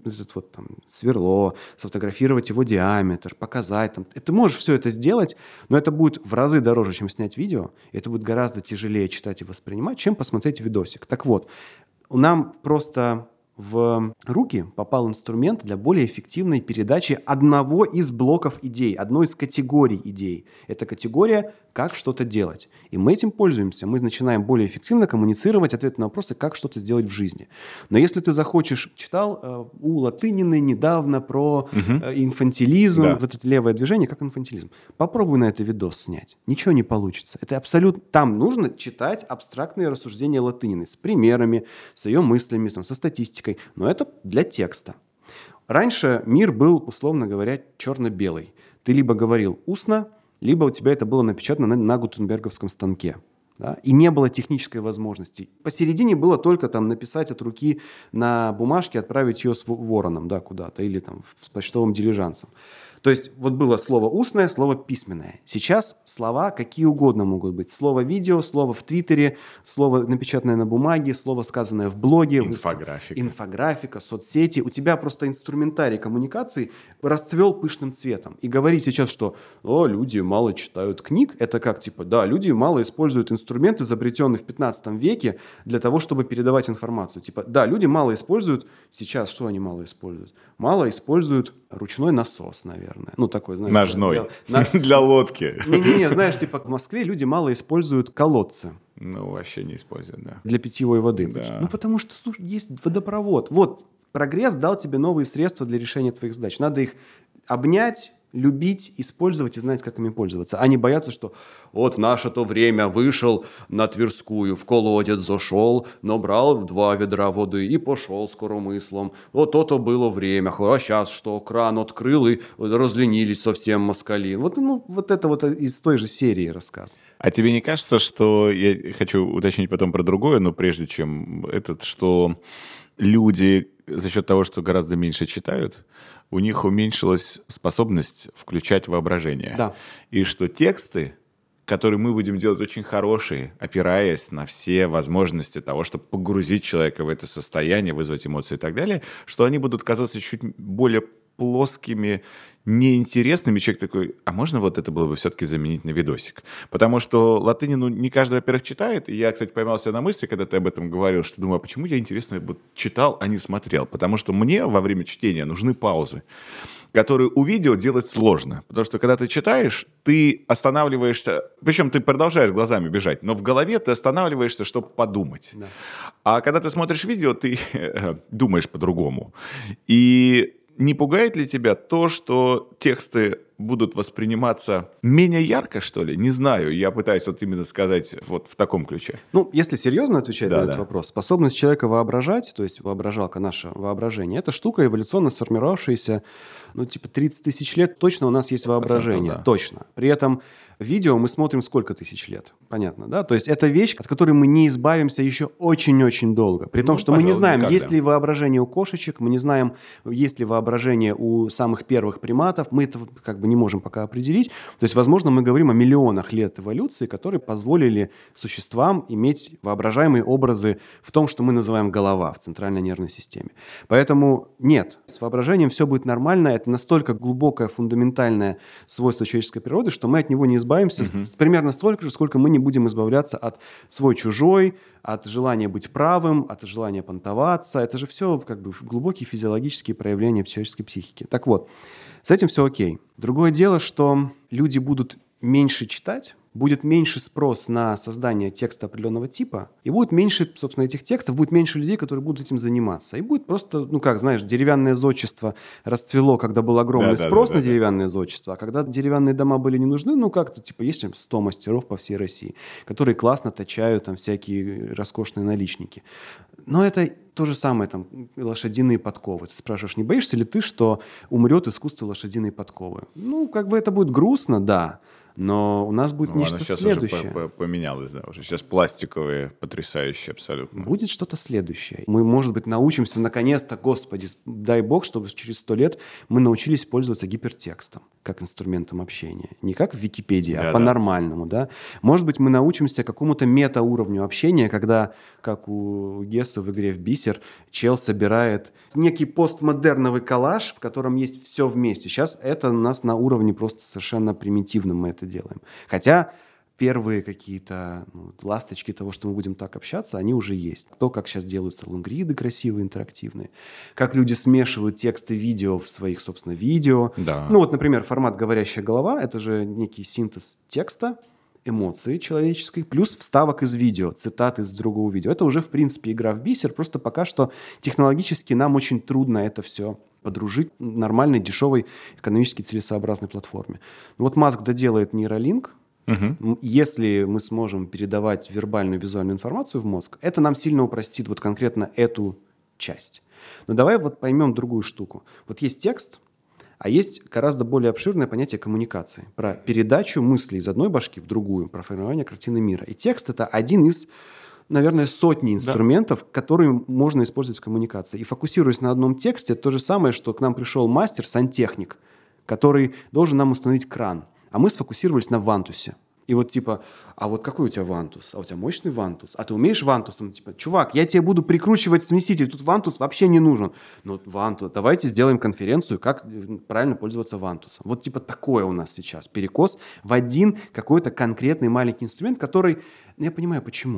сверло, сфотографировать его диаметр, показать. Там. Ты можешь все это сделать, но это будет в разы дороже, чем снять видео. И это будет гораздо тяжелее читать и воспринимать, чем посмотреть видосик. Так вот, нам просто в руки попал инструмент для более эффективной передачи одного из блоков идей, одной из категорий идей. Это категория «как что-то делать». И мы этим пользуемся. Мы начинаем более эффективно коммуницировать ответы на вопросы, как что-то сделать в жизни. Но если ты захочешь... Читал у Латынины недавно про инфантилизм, Да. вот это левое движение, как инфантилизм. Попробуй на это видос снять. Ничего не получится. Это абсолютно... Там нужно читать абстрактные рассуждения Латынины с примерами, с ее мыслями, со статистикой. Но это для текста. Раньше мир был, условно говоря, черно-белый. Ты либо говорил устно, либо у тебя это было напечатано на гутенберговском станке. Да? И не было технической возможности. Посередине было только там написать от руки на бумажке, отправить ее с вороном, да, куда-то, или там с почтовым дилижансом. То есть вот было слово устное, слово письменное. Сейчас слова какие угодно могут быть. Слово видео, слово в Твиттере, слово напечатанное на бумаге, слово сказанное в блоге. Инфографика, соцсети. У тебя просто инструментарий коммуникации расцвел пышным цветом. И говорить сейчас, что люди мало читают книг, это как типа, да, люди мало используют инструмент, изобретенный в 15 веке для того, чтобы передавать информацию. Типа, да, люди мало используют, сейчас что они мало используют? Мало используют ручной насос, наверное. наверное. Ну, такой, знаешь... Ножной. Для лодки. Не-не-не, знаешь, типа в Москве люди мало используют колодцы. Ну, вообще не используют, да. Для питьевой воды. Да. Ну, потому что, слушай, есть водопровод. Вот, прогресс дал тебе новые средства для решения твоих задач. Надо их обнять, любить, использовать и знать, как ими пользоваться. А не бояться, что вот в наше то время вышел на Тверскую, в колодец зашел, набрал 2 ведра воды и пошел скоромыслом. Вот то-то было время. А сейчас что, кран открыл и разленились совсем москали. Вот, ну, вот это вот из той же серии рассказ. А тебе не кажется, что... Я хочу уточнить потом про другое, но прежде чем что люди за счет того, что гораздо меньше читают, у них уменьшилась способность включать воображение. Да. И что тексты, которые мы будем делать очень хорошие, опираясь на все возможности того, чтобы погрузить человека в это состояние, вызвать эмоции и так далее, что они будут казаться чуть более плоскими, неинтересными. Человек такой, а можно вот это было бы все-таки заменить на видосик? Потому что латыни, ну, не каждый, во-первых, читает. И я, кстати, поймался на мысли, когда ты об этом говорил, что думаю, а почему я, интересно, вот читал, а не смотрел? Потому что мне во время чтения нужны паузы, которые у видео делать сложно. Потому что когда ты читаешь, ты останавливаешься, причем ты продолжаешь глазами бежать, но в голове ты останавливаешься, чтобы подумать. Да. А когда ты смотришь видео, ты думаешь по-другому. И не пугает ли тебя то, что тексты будут восприниматься менее ярко, что ли? Не знаю, я пытаюсь вот именно сказать вот в таком ключе. Ну, если серьезно отвечать Да, на этот да. вопрос, способность человека воображать, то есть воображалка, наше воображение, это штука, эволюционно сформировавшаяся, ну, типа 30 тысяч лет, точно у нас есть воображение, да. точно. При этом видео мы смотрим сколько тысяч лет, понятно, да? То есть это вещь, от которой мы не избавимся еще очень-очень долго. При том, что мы не пожалуй, знаем, никогда. есть ли воображение у кошечек, мы не знаем, есть ли воображение у самых первых приматов, мы это как бы не можем пока определить. То есть, возможно, мы говорим о миллионах лет эволюции, которые позволили существам иметь воображаемые образы в том, что мы называем голова в центральной нервной системе. Поэтому нет, с воображением все будет нормально. Это настолько глубокое, фундаментальное свойство человеческой природы, что мы от него не избавимся примерно столько же, сколько мы не будем избавляться от свой-чужой, от желания быть правым, от желания понтоваться. Это же все как бы глубокие физиологические проявления человеческой психики. Так вот, с этим все окей. Другое дело, что люди будут меньше читать, будет меньше спрос на создание текста определенного типа, и будет меньше, собственно, этих текстов, будет меньше людей, которые будут этим заниматься. И будет просто, ну как, знаешь, деревянное зодчество расцвело, когда был огромный спрос на деревянное зодчество, а когда деревянные дома были не нужны, ну как-то, типа, есть 100 мастеров по всей России, которые классно точают там всякие роскошные наличники. Но это то же самое, там, лошадиные подковы. Ты спрашиваешь, не боишься ли ты, что умрет искусство лошадиной подковы? Ну, как бы это будет грустно, да, но у нас будет нечто сейчас следующее. уже поменялось, да, уже сейчас пластиковые, потрясающие абсолютно. Будет что-то следующее. Мы, может быть, научимся наконец-то, Господи, дай Бог, чтобы через 100 лет мы научились пользоваться гипертекстом как инструментом общения. Не как в Википедии, а по-нормальному, да. Может быть, мы научимся какому-то метауровню общения, когда, как у Гесса в игре в бисер, чел собирает некий постмодерновый коллаж, в котором есть все вместе. Сейчас это у нас на уровне просто совершенно примитивном мы это делаем. Хотя первые какие-то ласточки того, что мы будем так общаться, они уже есть. То, как сейчас делаются лонгриды красивые, интерактивные, как люди смешивают тексты видео в своих, собственно, видео. Да. Ну вот, например, формат «Говорящая голова» — это же некий синтез текста, эмоции человеческой, плюс вставок из видео, цитат из другого видео. Это уже, в принципе, игра в бисер, просто пока что технологически нам очень трудно это все подружить в нормальной, дешевой, экономически целесообразной платформе. Ну вот Маск доделает нейролинк. Если мы сможем передавать вербальную, визуальную информацию в мозг, это нам сильно упростит вот конкретно эту часть. Но давай вот поймем другую штуку. Вот есть текст, а есть гораздо более обширное понятие коммуникации. Про передачу мыслей из одной башки в другую, про формирование картины мира. И текст — это один из, наверное, сотни инструментов, которые можно использовать в коммуникации. И фокусируясь на одном тексте, это то же самое, что к нам пришел мастер, сантехник, который должен нам установить кран. А мы сфокусировались на вантусе. И вот типа, а вот какой у тебя вантус? А у тебя мощный вантус? А ты умеешь вантусом? Типа, чувак, я тебе буду прикручивать смеситель, тут вантус вообще не нужен. Ну, вантус, давайте сделаем конференцию, как правильно пользоваться вантусом. Вот типа такое у нас сейчас. Перекос в один какой-то конкретный маленький инструмент, который, я понимаю, почему.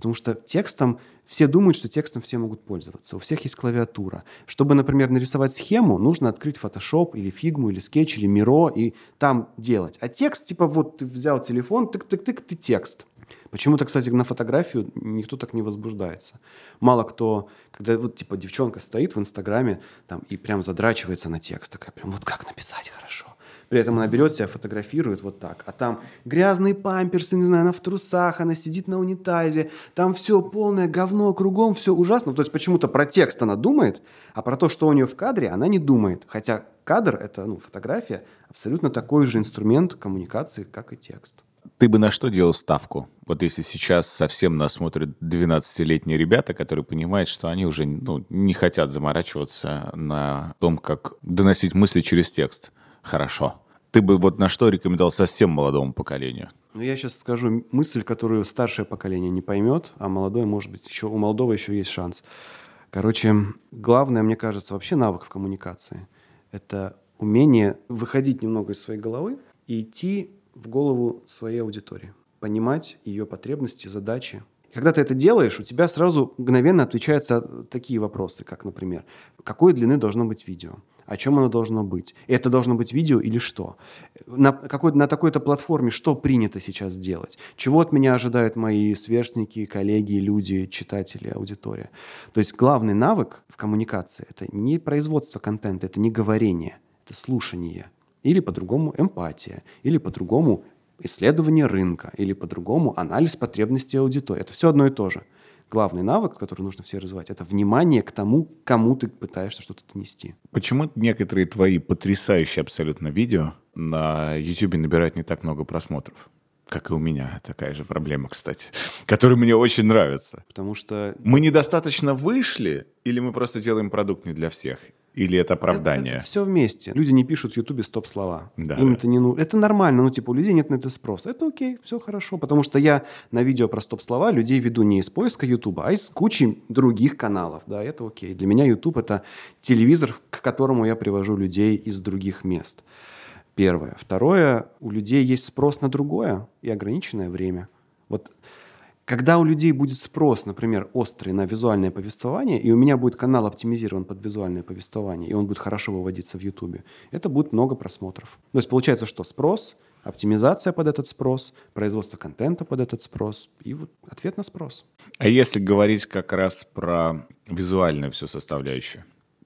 Потому что текстом все думают, что текстом все могут пользоваться. У всех есть клавиатура. Чтобы, например, нарисовать схему, нужно открыть Photoshop или Figma, или Sketch, или Miro и там делать. А текст, типа, вот ты взял телефон, тык-тык-тык, ты текст. Почему-то, кстати, на фотографию никто так не возбуждается. Мало кто, когда вот типа девчонка стоит в Инстаграме там, и прям задрачивается на текст, такая прям вот как написать хорошо. При этом она берет себя, фотографирует вот так. А там грязные памперсы, не знаю, она в трусах, она сидит на унитазе, там все полное говно кругом, все ужасно. То есть почему-то про текст она думает, а про то, что у нее в кадре, она не думает. Хотя кадр, это фотография, абсолютно такой же инструмент коммуникации, как и текст. Ты бы на что делал ставку? Вот если сейчас совсем нас смотрят 12-летние ребята, которые понимают, что они уже не хотят заморачиваться на том, как доносить мысли через текст. Хорошо. Ты бы вот на что рекомендовал совсем молодому поколению? Я сейчас скажу мысль, которую старшее поколение не поймет, а молодое, может быть, у молодого еще есть шанс. Короче, главное, мне кажется, вообще навык в коммуникации – это умение выходить немного из своей головы и идти в голову своей аудитории, понимать ее потребности, задачи. Когда ты это делаешь, у тебя сразу мгновенно отвечаются такие вопросы, как, например, какой длины должно быть видео, о чем оно должно быть, это должно быть видео или что, на такой-то платформе что принято сейчас делать, чего от меня ожидают мои сверстники, коллеги, люди, читатели, аудитория. То есть главный навык в коммуникации – это не производство контента, это не говорение, это слушание. Или по-другому эмпатия, или по-другому исследование рынка, или по-другому анализ потребностей аудитории. Это все одно и то же. Главный навык, который нужно все развивать, это внимание к тому, кому ты пытаешься что-то донести. Почему некоторые твои потрясающие абсолютно видео на YouTube набирают не так много просмотров? Как и у меня такая же проблема, кстати, которая мне очень нравится. Потому что... Мы недостаточно вышли, или мы просто делаем продукт не для всех? Или это оправдание? Это все вместе. Люди не пишут в Ютубе стоп-слова. Да, Им да. это не нужно. Это нормально. У людей нет на это спроса. Это окей, все хорошо. Потому что я на видео про стоп-слова людей веду не из поиска Ютуба, а из кучи других каналов. Да, это окей. Для меня Ютуб – это телевизор, к которому я привожу людей из других мест. Первое. Второе. У людей есть спрос на другое и ограниченное время. Вот когда у людей будет спрос, например, острый на визуальное повествование, и у меня будет канал оптимизирован под визуальное повествование, и он будет хорошо выводиться в Ютубе, это будет много просмотров. То есть получается, что спрос, оптимизация под этот спрос, производство контента под этот спрос, и вот ответ на спрос. А если говорить как раз про визуальную всю составляющую,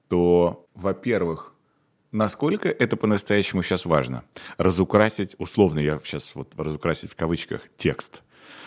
то, во-первых, насколько это по-настоящему сейчас важно? Разукрасить, условно я сейчас разукрасить в кавычках, текст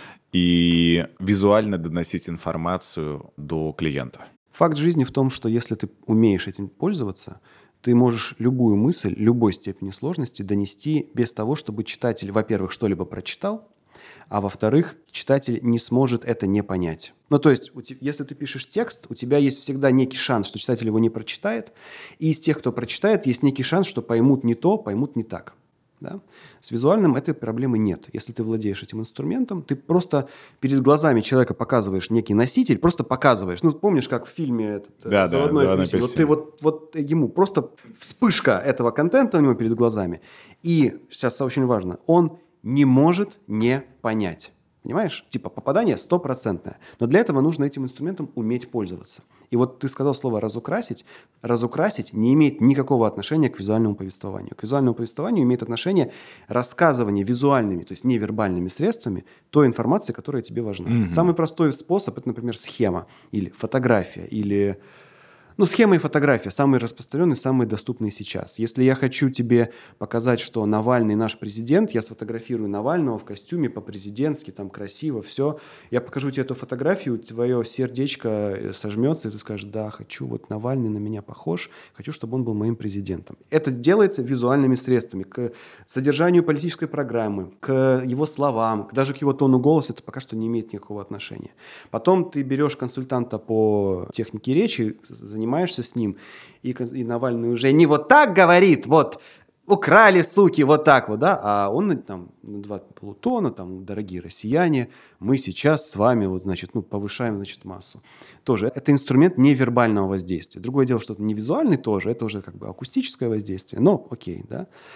и визуально доносить информацию до клиента. Факт жизни в том, что если ты умеешь этим пользоваться, ты можешь любую мысль, любой степени сложности донести без того, чтобы читатель, во-первых, что-либо прочитал, а во-вторых, читатель не сможет это не понять. То есть, если ты пишешь текст, у тебя есть всегда некий шанс, что читатель его не прочитает, и из тех, кто прочитает, есть некий шанс, что поймут не то, поймут не так. Да? С визуальным этой проблемы нет. Если ты владеешь этим инструментом, ты просто перед глазами человека показываешь некий носитель, просто показываешь. Помнишь, как в фильме «Заводной апельсин»? Вот ты вот ему просто вспышка этого контента у него перед глазами. И сейчас очень важно, он не может не понять. Понимаешь? Попадание 100%. Но для этого нужно этим инструментом уметь пользоваться. И вот ты сказал слово «разукрасить». Разукрасить не имеет никакого отношения к визуальному повествованию. К визуальному повествованию имеет отношение рассказывание визуальными, то есть невербальными средствами той информации, которая тебе важна. Mm-hmm. Самый простой способ – это, например, схема или фотография, или... схема и фотография самые распространенные, самые доступные сейчас. Если я хочу тебе показать, что Навальный наш президент, я сфотографирую Навального в костюме по-президентски, там красиво, все. Я покажу тебе эту фотографию, твое сердечко сожмется, и ты скажешь, да, хочу, вот Навальный на меня похож, хочу, чтобы он был моим президентом. Это делается визуальными средствами. К содержанию политической программы, к его словам, даже к его тону голоса это пока что не имеет никакого отношения. Потом ты берешь консультанта по технике речи, занимаешься с ним, и Навальный уже не вот так говорит, вот, украли, суки, вот так вот, да, а он там на 2 полутона, там, дорогие россияне, мы сейчас с вами, вот, значит, повышаем, значит, массу. Тоже это инструмент невербального воздействия. Другое дело, что это не визуальный тоже, это уже как бы акустическое воздействие, но окей, да.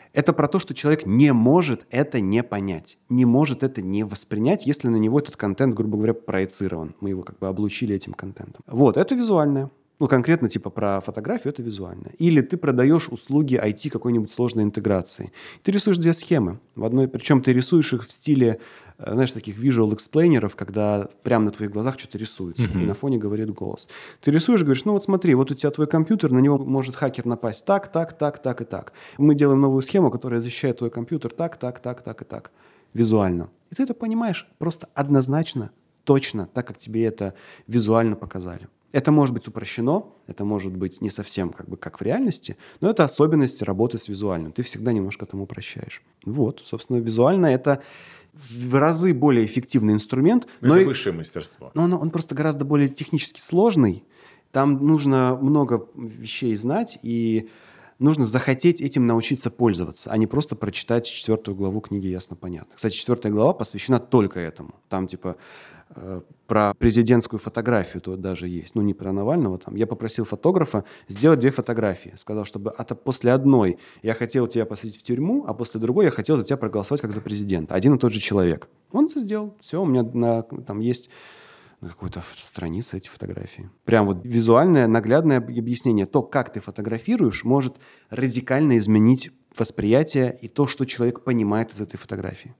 Это про то, что человек не может это не понять, не может это не воспринять, если на него этот контент, грубо говоря, проецирован. Мы его как бы облучили этим контентом. Вот, это визуальное. Ну, конкретно типа про фотографию это визуально. Или ты продаешь услуги IT какой-нибудь сложной интеграции. Ты рисуешь две схемы. В одной, причем ты рисуешь их в стиле, знаешь, таких visual explainer'ов, когда прямо на твоих глазах что-то рисуется, и на фоне говорит голос. Ты рисуешь, говоришь, ну вот смотри, вот у тебя твой компьютер, на него может хакер напасть так, так, так, так и так. Мы делаем новую схему, которая защищает твой компьютер так, так, так, так и так. Визуально. И ты это понимаешь просто однозначно, точно, так как тебе это визуально показали. Это может быть упрощено, это может быть не совсем как бы как в реальности, но это особенности работы с визуальным. Ты всегда немножко там упрощаешь. Вот, собственно, визуально это в разы более эффективный инструмент. Но это высшее мастерство. Но он просто гораздо более технически сложный. Там нужно много вещей знать, и нужно захотеть этим научиться пользоваться, а не просто прочитать 4 главу книги «Ясно-понятно». Кстати, 4 глава посвящена только этому. Там типа про президентскую фотографию то даже есть. Ну, не про Навального там. Я попросил фотографа сделать 2 фотографии. Сказал, чтобы после одной я хотел тебя посадить в тюрьму, а после другой я хотел за тебя проголосовать как за президента. Один и тот же человек. Он это сделал. Все, у меня там есть на какой-то странице эти фотографии. Прям вот визуальное, наглядное объяснение. То, как ты фотографируешь, может радикально изменить восприятие и то, что человек понимает из этой фотографии.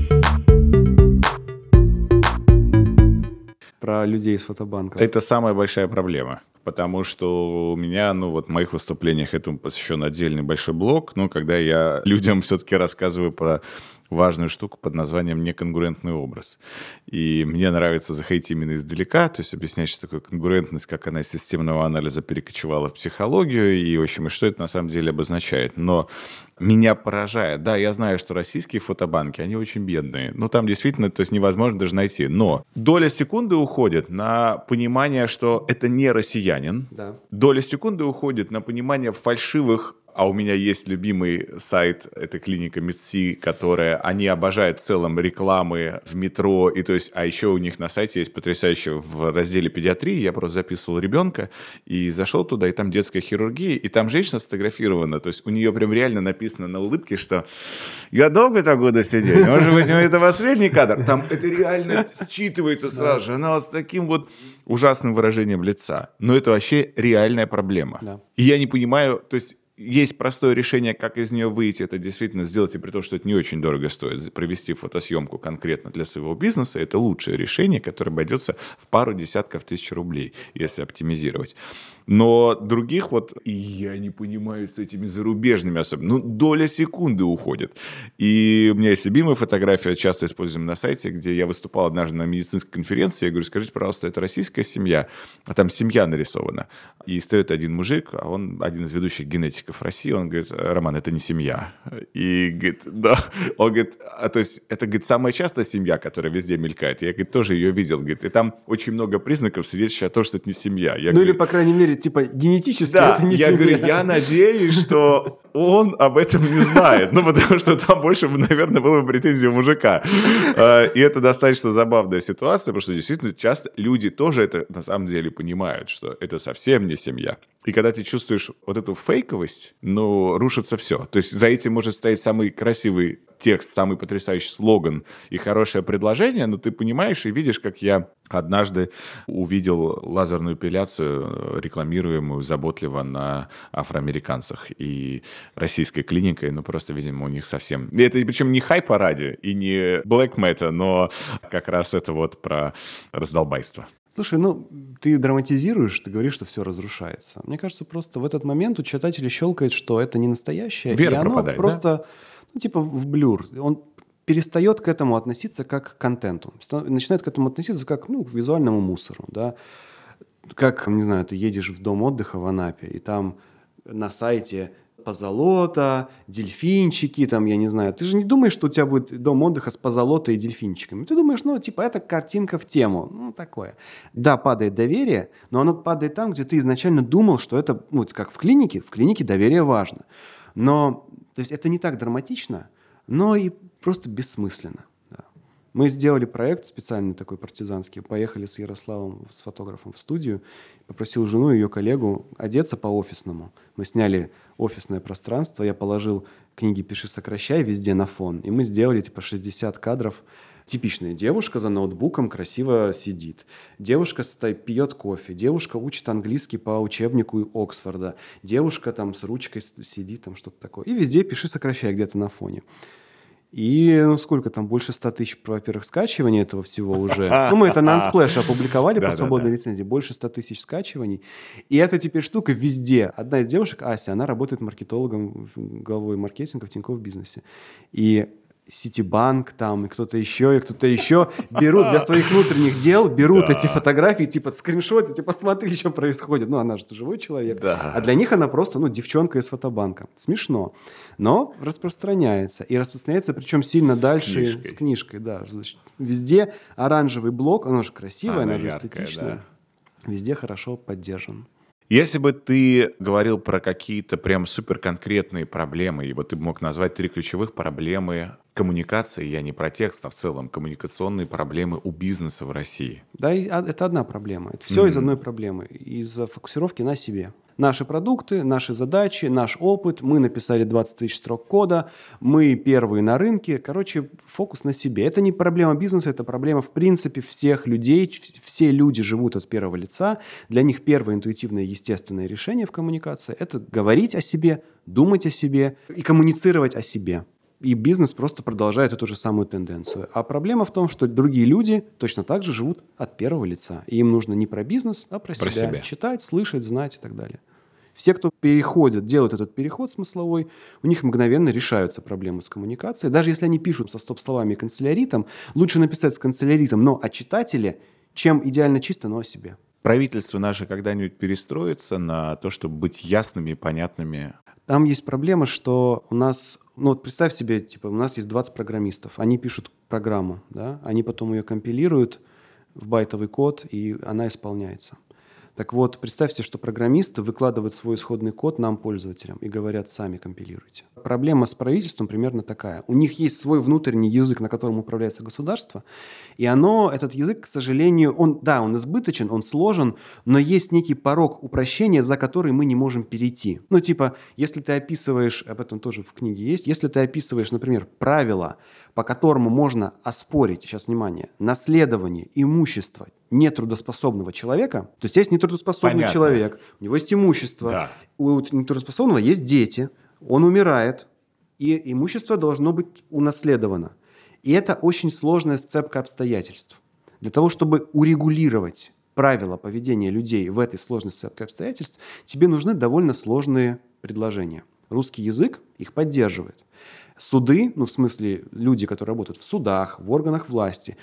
Про людей из фотобанка. Это самая большая проблема, потому что у меня, в моих выступлениях этому посвящен отдельный большой блок, когда я людям все-таки рассказываю про важную штуку под названием неконгруентный образ. И мне нравится заходить именно издалека, то есть объяснять, что такое конгруентность, как она из системного анализа перекочевала в психологию, и, в общем, и что это на самом деле обозначает. Но меня поражает. Да, я знаю, что российские фотобанки, они очень бедные. Там действительно, то есть невозможно даже найти. Но доля секунды уходит на понимание, что это не россиянин. Да. Доля секунды уходит на понимание фальшивых. А у меня есть любимый сайт, это клиника МИДСИ, которая, они обожают в целом рекламы в метро, и то есть, а еще у них на сайте есть потрясающе в разделе педиатрии, я просто записывал ребенка и зашел туда, и там детская хирургия, и там женщина сфотографирована, то есть у нее прям реально написано на улыбке, что я долго так буду сидеть, может быть, это последний кадр, там это реально считывается сразу же, она вот с таким вот ужасным выражением лица, но это вообще реальная проблема, Да. И я не понимаю, то есть есть простое решение, как из нее выйти, это действительно сделать, и при том, что это не очень дорого стоит, провести фотосъемку конкретно для своего бизнеса, это лучшее решение, которое обойдется в пару десятков тысяч рублей, если оптимизировать. Но других и я не понимаю с этими зарубежными особенно, доля секунды уходит. И у меня есть любимая фотография, часто используем на сайте, где я выступал однажды на медицинской конференции, я говорю, скажите, пожалуйста, это российская семья? А там семья нарисована. И стоит один мужик, а он один из ведущих генетиков России, он говорит, Роман, это не семья. И говорит, да. Он говорит, то есть это, говорит, самая частая семья, которая везде мелькает. Я, говорит, тоже ее видел. Говорит, и там очень много признаков свидетельствующих о том, что это не семья. Я или, по крайней мере, типа генетически да, это не я семья. говорю, я надеюсь, что он об этом не знает. Потому что там больше, наверное, было бы претензий у мужика. И это достаточно забавная ситуация, потому что действительно часто люди тоже это на самом деле понимают, что это совсем не семья. И когда ты чувствуешь вот эту фейковость, рушится все. То есть за этим может стоять самый красивый текст, самый потрясающий слоган и хорошее предложение, но ты понимаешь и видишь, как я однажды увидел лазерную эпиляцию, рекламируемую заботливо на афроамериканцах и российской клиникой, просто, видимо, у них совсем... Это причем не хай-параде и не black matter, но как раз это про раздолбайство. Слушай, ты драматизируешь, ты говоришь, что все разрушается. Мне кажется, просто в этот момент у читателя щелкает, что это не настоящее. Вера и оно пропадает, просто, в блюр. Он перестает к этому относиться как к контенту. Начинает к этому относиться как, к визуальному мусору, да. Как, не знаю, ты едешь в дом отдыха в Анапе, и там на сайте позолота, дельфинчики, там, я не знаю. Ты же не думаешь, что у тебя будет дом отдыха с позолотой и дельфинчиками. Ты думаешь, это картинка в тему. Такое. Да, падает доверие, но оно падает там, где ты изначально думал, что это, как в клинике доверие важно. Но, то есть это не так драматично, но и просто бессмысленно. Да. Мы сделали проект специальный такой партизанский, поехали с Ярославом, с фотографом в студию, попросил жену и ее коллегу одеться по-офисному. Мы сняли офисное пространство, я положил книги «Пиши, сокращай» везде на фон. И мы сделали типа 60 кадров. Типичная девушка за ноутбуком красиво сидит. Девушка пьет кофе. Девушка учит английский по учебнику Оксфорда. Девушка там с ручкой сидит, там что-то такое. И везде «Пиши, сокращай» где-то на фоне. И, ну, сколько там, больше 100 тысяч, во-первых, скачиваний этого всего уже. Ну, мы это на Unsplash опубликовали по свободной лицензии. Больше 100 тысяч скачиваний. И это теперь штука везде. Одна из девушек, Ася, она работает маркетологом, главой маркетинга в Тинькофф Бизнесе. И Ситибанк там, и кто-то еще берут для своих внутренних дел, берут эти фотографии, типа скриншотят, типа смотри, что происходит. Ну, она же живой человек. А для них она просто, ну, девчонка из фотобанка. Смешно. Но распространяется. И распространяется, причем сильно дальше с книжкой. Да. Значит, везде оранжевый блок, она же красивая, она же эстетичная. Да. Везде хорошо поддержан. Если бы ты говорил про какие-то прям суперконкретные проблемы, и вот ты мог назвать 3 ключевых проблемы коммуникации, я не про текст, а в целом коммуникационные проблемы у бизнеса в России. Да, это одна проблема. Это все из одной проблемы. Из-за фокусировки на себе. Наши продукты, наши задачи, наш опыт. Мы написали 20 тысяч строк кода. Мы первые на рынке. Короче, фокус на себе. Это не проблема бизнеса, это проблема, в принципе, всех людей. Все люди живут от первого лица. Для них первое интуитивное, естественное решение в коммуникации – это говорить о себе, думать о себе и коммуницировать о себе. И бизнес просто продолжает эту же самую тенденцию. А проблема в том, что другие люди точно так же живут от первого лица. И им нужно не про бизнес, а про себя. Читать, слышать, знать и так далее. Все, кто переходит, делают этот переход смысловой, у них мгновенно решаются проблемы с коммуникацией. Даже если они пишут со стоп-словами и канцеляритом, лучше написать с канцеляритом, но о читателе, чем идеально чисто, но о себе. Правительство наше когда-нибудь перестроится на то, чтобы быть ясными и понятными? Там есть проблема, что у нас, ну вот представь себе, типа у нас есть 20 программистов, они пишут программу, да, они потом ее компилируют в байтовый код, и она исполняется. Так вот, представьте, что программисты выкладывают свой исходный код нам, пользователям, и говорят, сами компилируйте. Проблема с правительством примерно такая. У них есть свой внутренний язык, на котором управляется государство, и этот язык, к сожалению, он избыточен, он сложен, но есть некий порог упрощения, за который мы не можем перейти. Ну, типа, если ты описываешь, об этом тоже в книге есть, если ты описываешь, например, правила, по которому можно оспорить, сейчас внимание, наследование имущества нетрудоспособного человека, то есть нетрудоспособный человек, у него есть имущество, да. У нетрудоспособного есть дети, он умирает, и имущество должно быть унаследовано. И это очень сложная сцепка обстоятельств. Для того, чтобы урегулировать правила поведения людей в этой сложной сцепке обстоятельств, тебе нужны довольно сложные предложения. Русский язык их поддерживает. Суды, ну в смысле люди, которые работают в судах, в органах власти,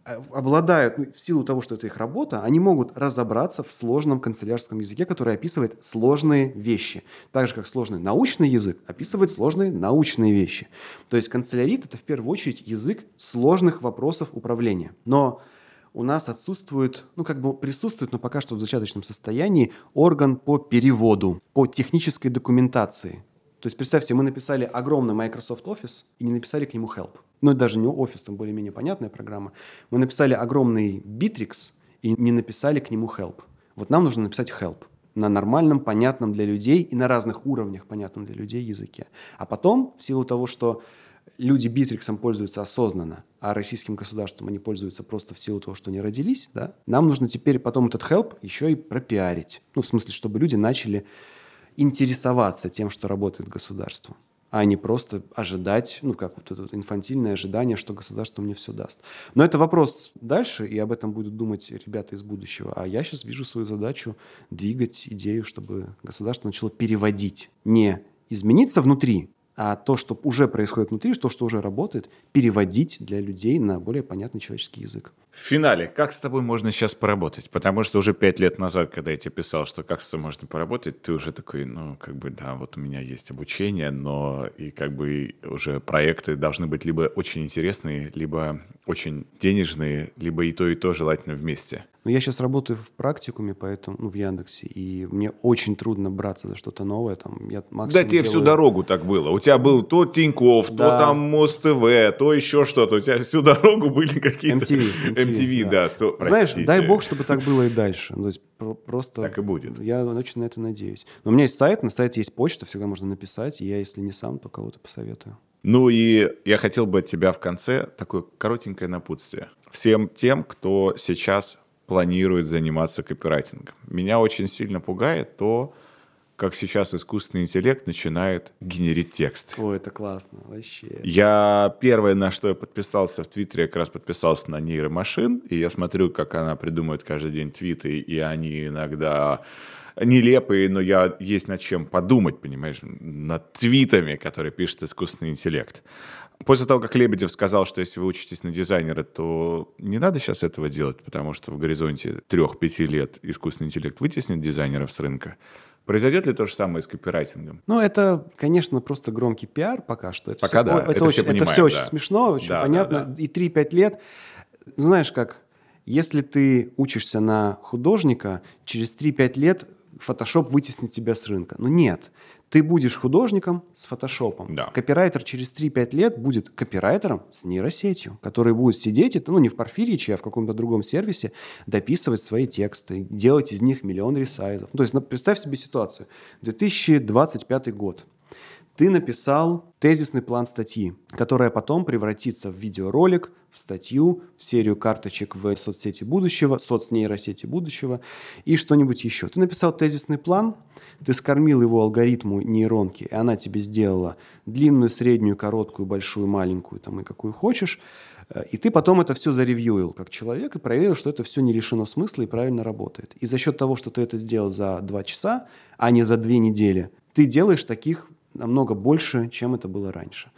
обладают, в силу того, что это их работа, они могут разобраться в сложном канцелярском языке, который описывает сложные вещи. Так же, как сложный научный язык описывает сложные научные вещи. То есть канцелярит – это в первую очередь язык сложных вопросов управления. Но у нас отсутствует, присутствует, но пока что в зачаточном состоянии орган по переводу, по технической документации. То есть, представьте, мы написали огромный Microsoft Office и не написали к нему help. Ну, это даже не Office, там более-менее понятная программа. Мы написали огромный Bittrex и не написали к нему help. Вот нам нужно написать help на нормальном, понятном для людей и на разных уровнях понятном для людей языке. А потом, в силу того, что люди Bittrex пользуются осознанно, а российским государством они пользуются просто в силу того, что не родились, да, нам нужно теперь потом этот help еще и пропиарить. Ну, в смысле, чтобы люди начали интересоваться тем, что работает государство, а не просто ожидать, как вот это инфантильное ожидание, что государство мне все даст. Но это вопрос дальше, и об этом будут думать ребята из будущего. А я сейчас вижу свою задачу двигать идею, чтобы государство начало переводить. Не измениться внутри, а то, что уже происходит внутри, то, что уже работает, переводить для людей на более понятный человеческий язык. В финале, как с тобой можно сейчас поработать? Потому что уже 5 лет назад, когда я тебе писал, что как с тобой можно поработать, ты уже такой, да, вот у меня есть обучение, но и уже проекты должны быть либо очень интересные, либо очень денежные, либо и то желательно вместе. Но я сейчас работаю в практикуме, поэтому, в Яндексе, и мне очень трудно браться за что-то новое. Там, я Да, максимум тебе всю делаю... дорогу так было. У тебя был то Тинькофф, то Да. там Мост-ТВ, то еще что-то. У тебя всю дорогу были какие-то... MTV, да. Знаешь, Простите. дай бог, чтобы так было и дальше. То есть просто... Так и будет. Я очень на это надеюсь. Но у меня есть сайт, на сайте есть почта, всегда можно написать, и я, если не сам, то кого-то посоветую. Ну и я хотел бы от тебя в конце такое коротенькое напутствие. Всем тем, кто сейчас планирует заниматься копирайтингом. Меня очень сильно пугает то, как сейчас искусственный интеллект начинает генерить текст. Ой, это классно, вообще. Я первое, на что я подписался в Твиттере, я как раз подписался на нейромашин, и я смотрю, как она придумывает каждый день твиты, и они иногда нелепые, но есть над чем подумать, понимаешь, над твитами, которые пишет искусственный интеллект. После того, как Лебедев сказал, что если вы учитесь на дизайнера, то не надо сейчас этого делать, потому что в горизонте 3-5 лет искусственный интеллект вытеснит дизайнеров с рынка. Произойдет ли то же самое с копирайтингом? Ну, это, конечно, просто громкий пиар пока что. Это пока все, да, это все понимают. Это все очень да. смешно, очень Да, понятно. да. И 3-5 лет, знаешь как, если ты учишься на художника, через 3-5 лет Photoshop вытеснит тебя с рынка. Но нет, ты будешь художником с фотошопом. Да. Копирайтер через 3-5 лет будет копирайтером с нейросетью, который будет сидеть, не в Порфириче, а в каком-то другом сервисе, дописывать свои тексты, делать из них миллион ресайзов. То есть представь себе ситуацию. 2025 год. Ты написал тезисный план статьи, которая потом превратится в видеоролик, в статью, в серию карточек в соцсети будущего, соцнейросети будущего и что-нибудь еще. Ты написал тезисный план, ты скормил его алгоритму нейронки, и она тебе сделала длинную, среднюю, короткую, большую, маленькую, там, и какую хочешь, и ты потом это все заревьюил как человек и проверил, что это все не лишено смысла и правильно работает. И за счет того, что ты это сделал за 2 часа, а не за 2 недели, ты делаешь таких намного больше, чем это было раньше.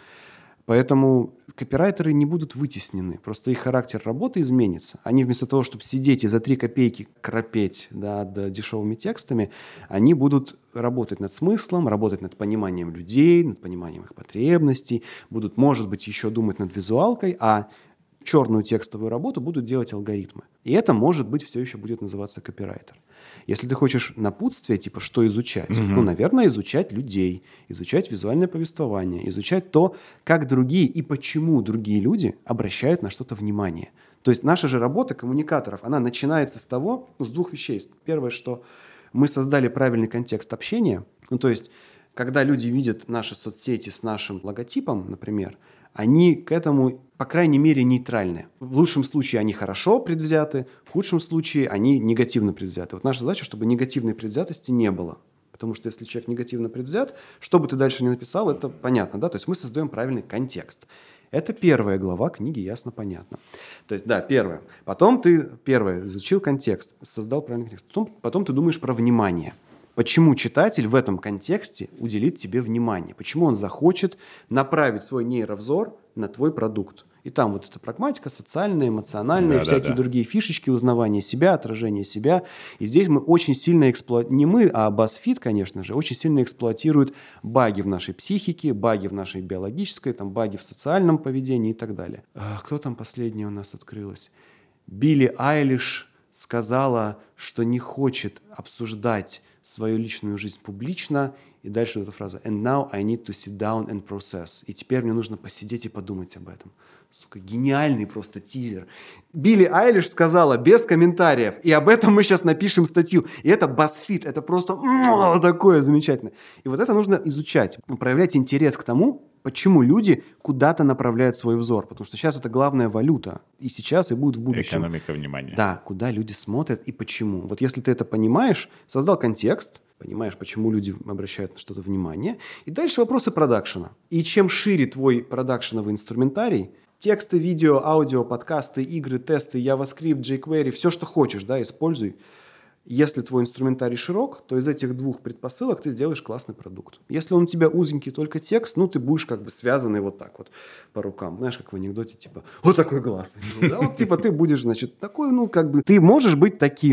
Поэтому копирайтеры не будут вытеснены. Просто их характер работы изменится. Они вместо того, чтобы сидеть и за 3 копейки кропеть над дешевыми текстами, они будут работать над смыслом, работать над пониманием людей, над пониманием их потребностей, будут, может быть, еще думать над визуалкой, а черную текстовую работу будут делать алгоритмы. И это, может быть, все еще будет называться копирайтер. Если ты хочешь напутствие, типа, что изучать, наверное, изучать людей, изучать визуальное повествование, изучать то, как другие и почему другие люди обращают на что-то внимание. То есть наша же работа коммуникаторов, она начинается с того, с 2 вещей. Первое, что мы создали правильный контекст общения. То есть, когда люди видят наши соцсети с нашим логотипом, например, они к этому, по крайней мере, нейтральны. В лучшем случае они хорошо предвзяты, в худшем случае они негативно предвзяты. Вот наша задача, чтобы негативной предвзятости не было. Потому что если человек негативно предвзят, что бы ты дальше ни написал, это понятно, да? То есть мы создаем правильный контекст. Это первая глава книги «Ясно, понятно». То есть, да, первое. Потом ты, изучил контекст, создал правильный контекст. Потом ты думаешь про внимание. Почему читатель в этом контексте уделит тебе внимание? Почему он захочет направить свой нейровзор на твой продукт? И там вот эта прагматика, социальная, эмоциональная, всякие другие фишечки, узнавание себя, отражение себя. И здесь мы очень сильно не мы, а BuzzFeed, конечно же, очень сильно эксплуатирует баги в нашей психике, баги в нашей биологической, там, баги в социальном поведении и так далее. Кто там последний у нас открылась? Билли Айлиш сказала, что не хочет обсуждать свою личную жизнь публично, и дальше вот эта фраза «And now I need to sit down and process». И теперь мне нужно посидеть и подумать об этом. Сука, гениальный просто тизер. Билли Айлиш сказала без комментариев, и об этом мы сейчас напишем статью. И это BuzzFeed, это просто такое замечательное. И вот это нужно изучать, проявлять интерес к тому, почему люди куда-то направляют свой взор. Потому что сейчас это главная валюта. И сейчас, и будет в будущем. Экономика внимания. Да, куда люди смотрят и почему. Вот если ты это понимаешь, создал контекст, понимаешь, почему люди обращают на что-то внимание, и дальше вопросы продакшена. И чем шире твой продакшеновый инструментарий, тексты, видео, аудио, подкасты, игры, тесты, JavaScript, jQuery, все, что хочешь, да, используй. Если твой инструментарий широк, то из этих 2 предпосылок ты сделаешь классный продукт. Если он у тебя узенький только текст, ты будешь как бы связанный вот так вот по рукам. Знаешь, как в анекдоте, типа, вот такой глаз. Вот типа ты будешь, значит, такой, как бы, ты можешь быть таким.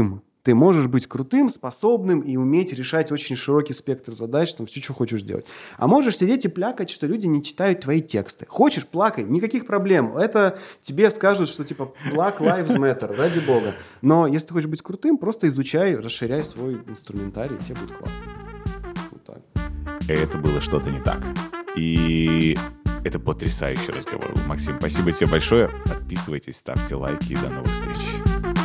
Ты можешь быть крутым, способным и уметь решать очень широкий спектр задач, там, все, что хочешь делать. А можешь сидеть и плакать, что люди не читают твои тексты. Хочешь, плакай, никаких проблем. Это тебе скажут, что типа Black Lives Matter, ради бога. Но если ты хочешь быть крутым, просто изучай, расширяй свой инструментарий, и тебе будет классно. Вот так. Это было что-то не так. И это потрясающий разговор. Максим, спасибо тебе большое. Подписывайтесь, ставьте лайки и до новых встреч.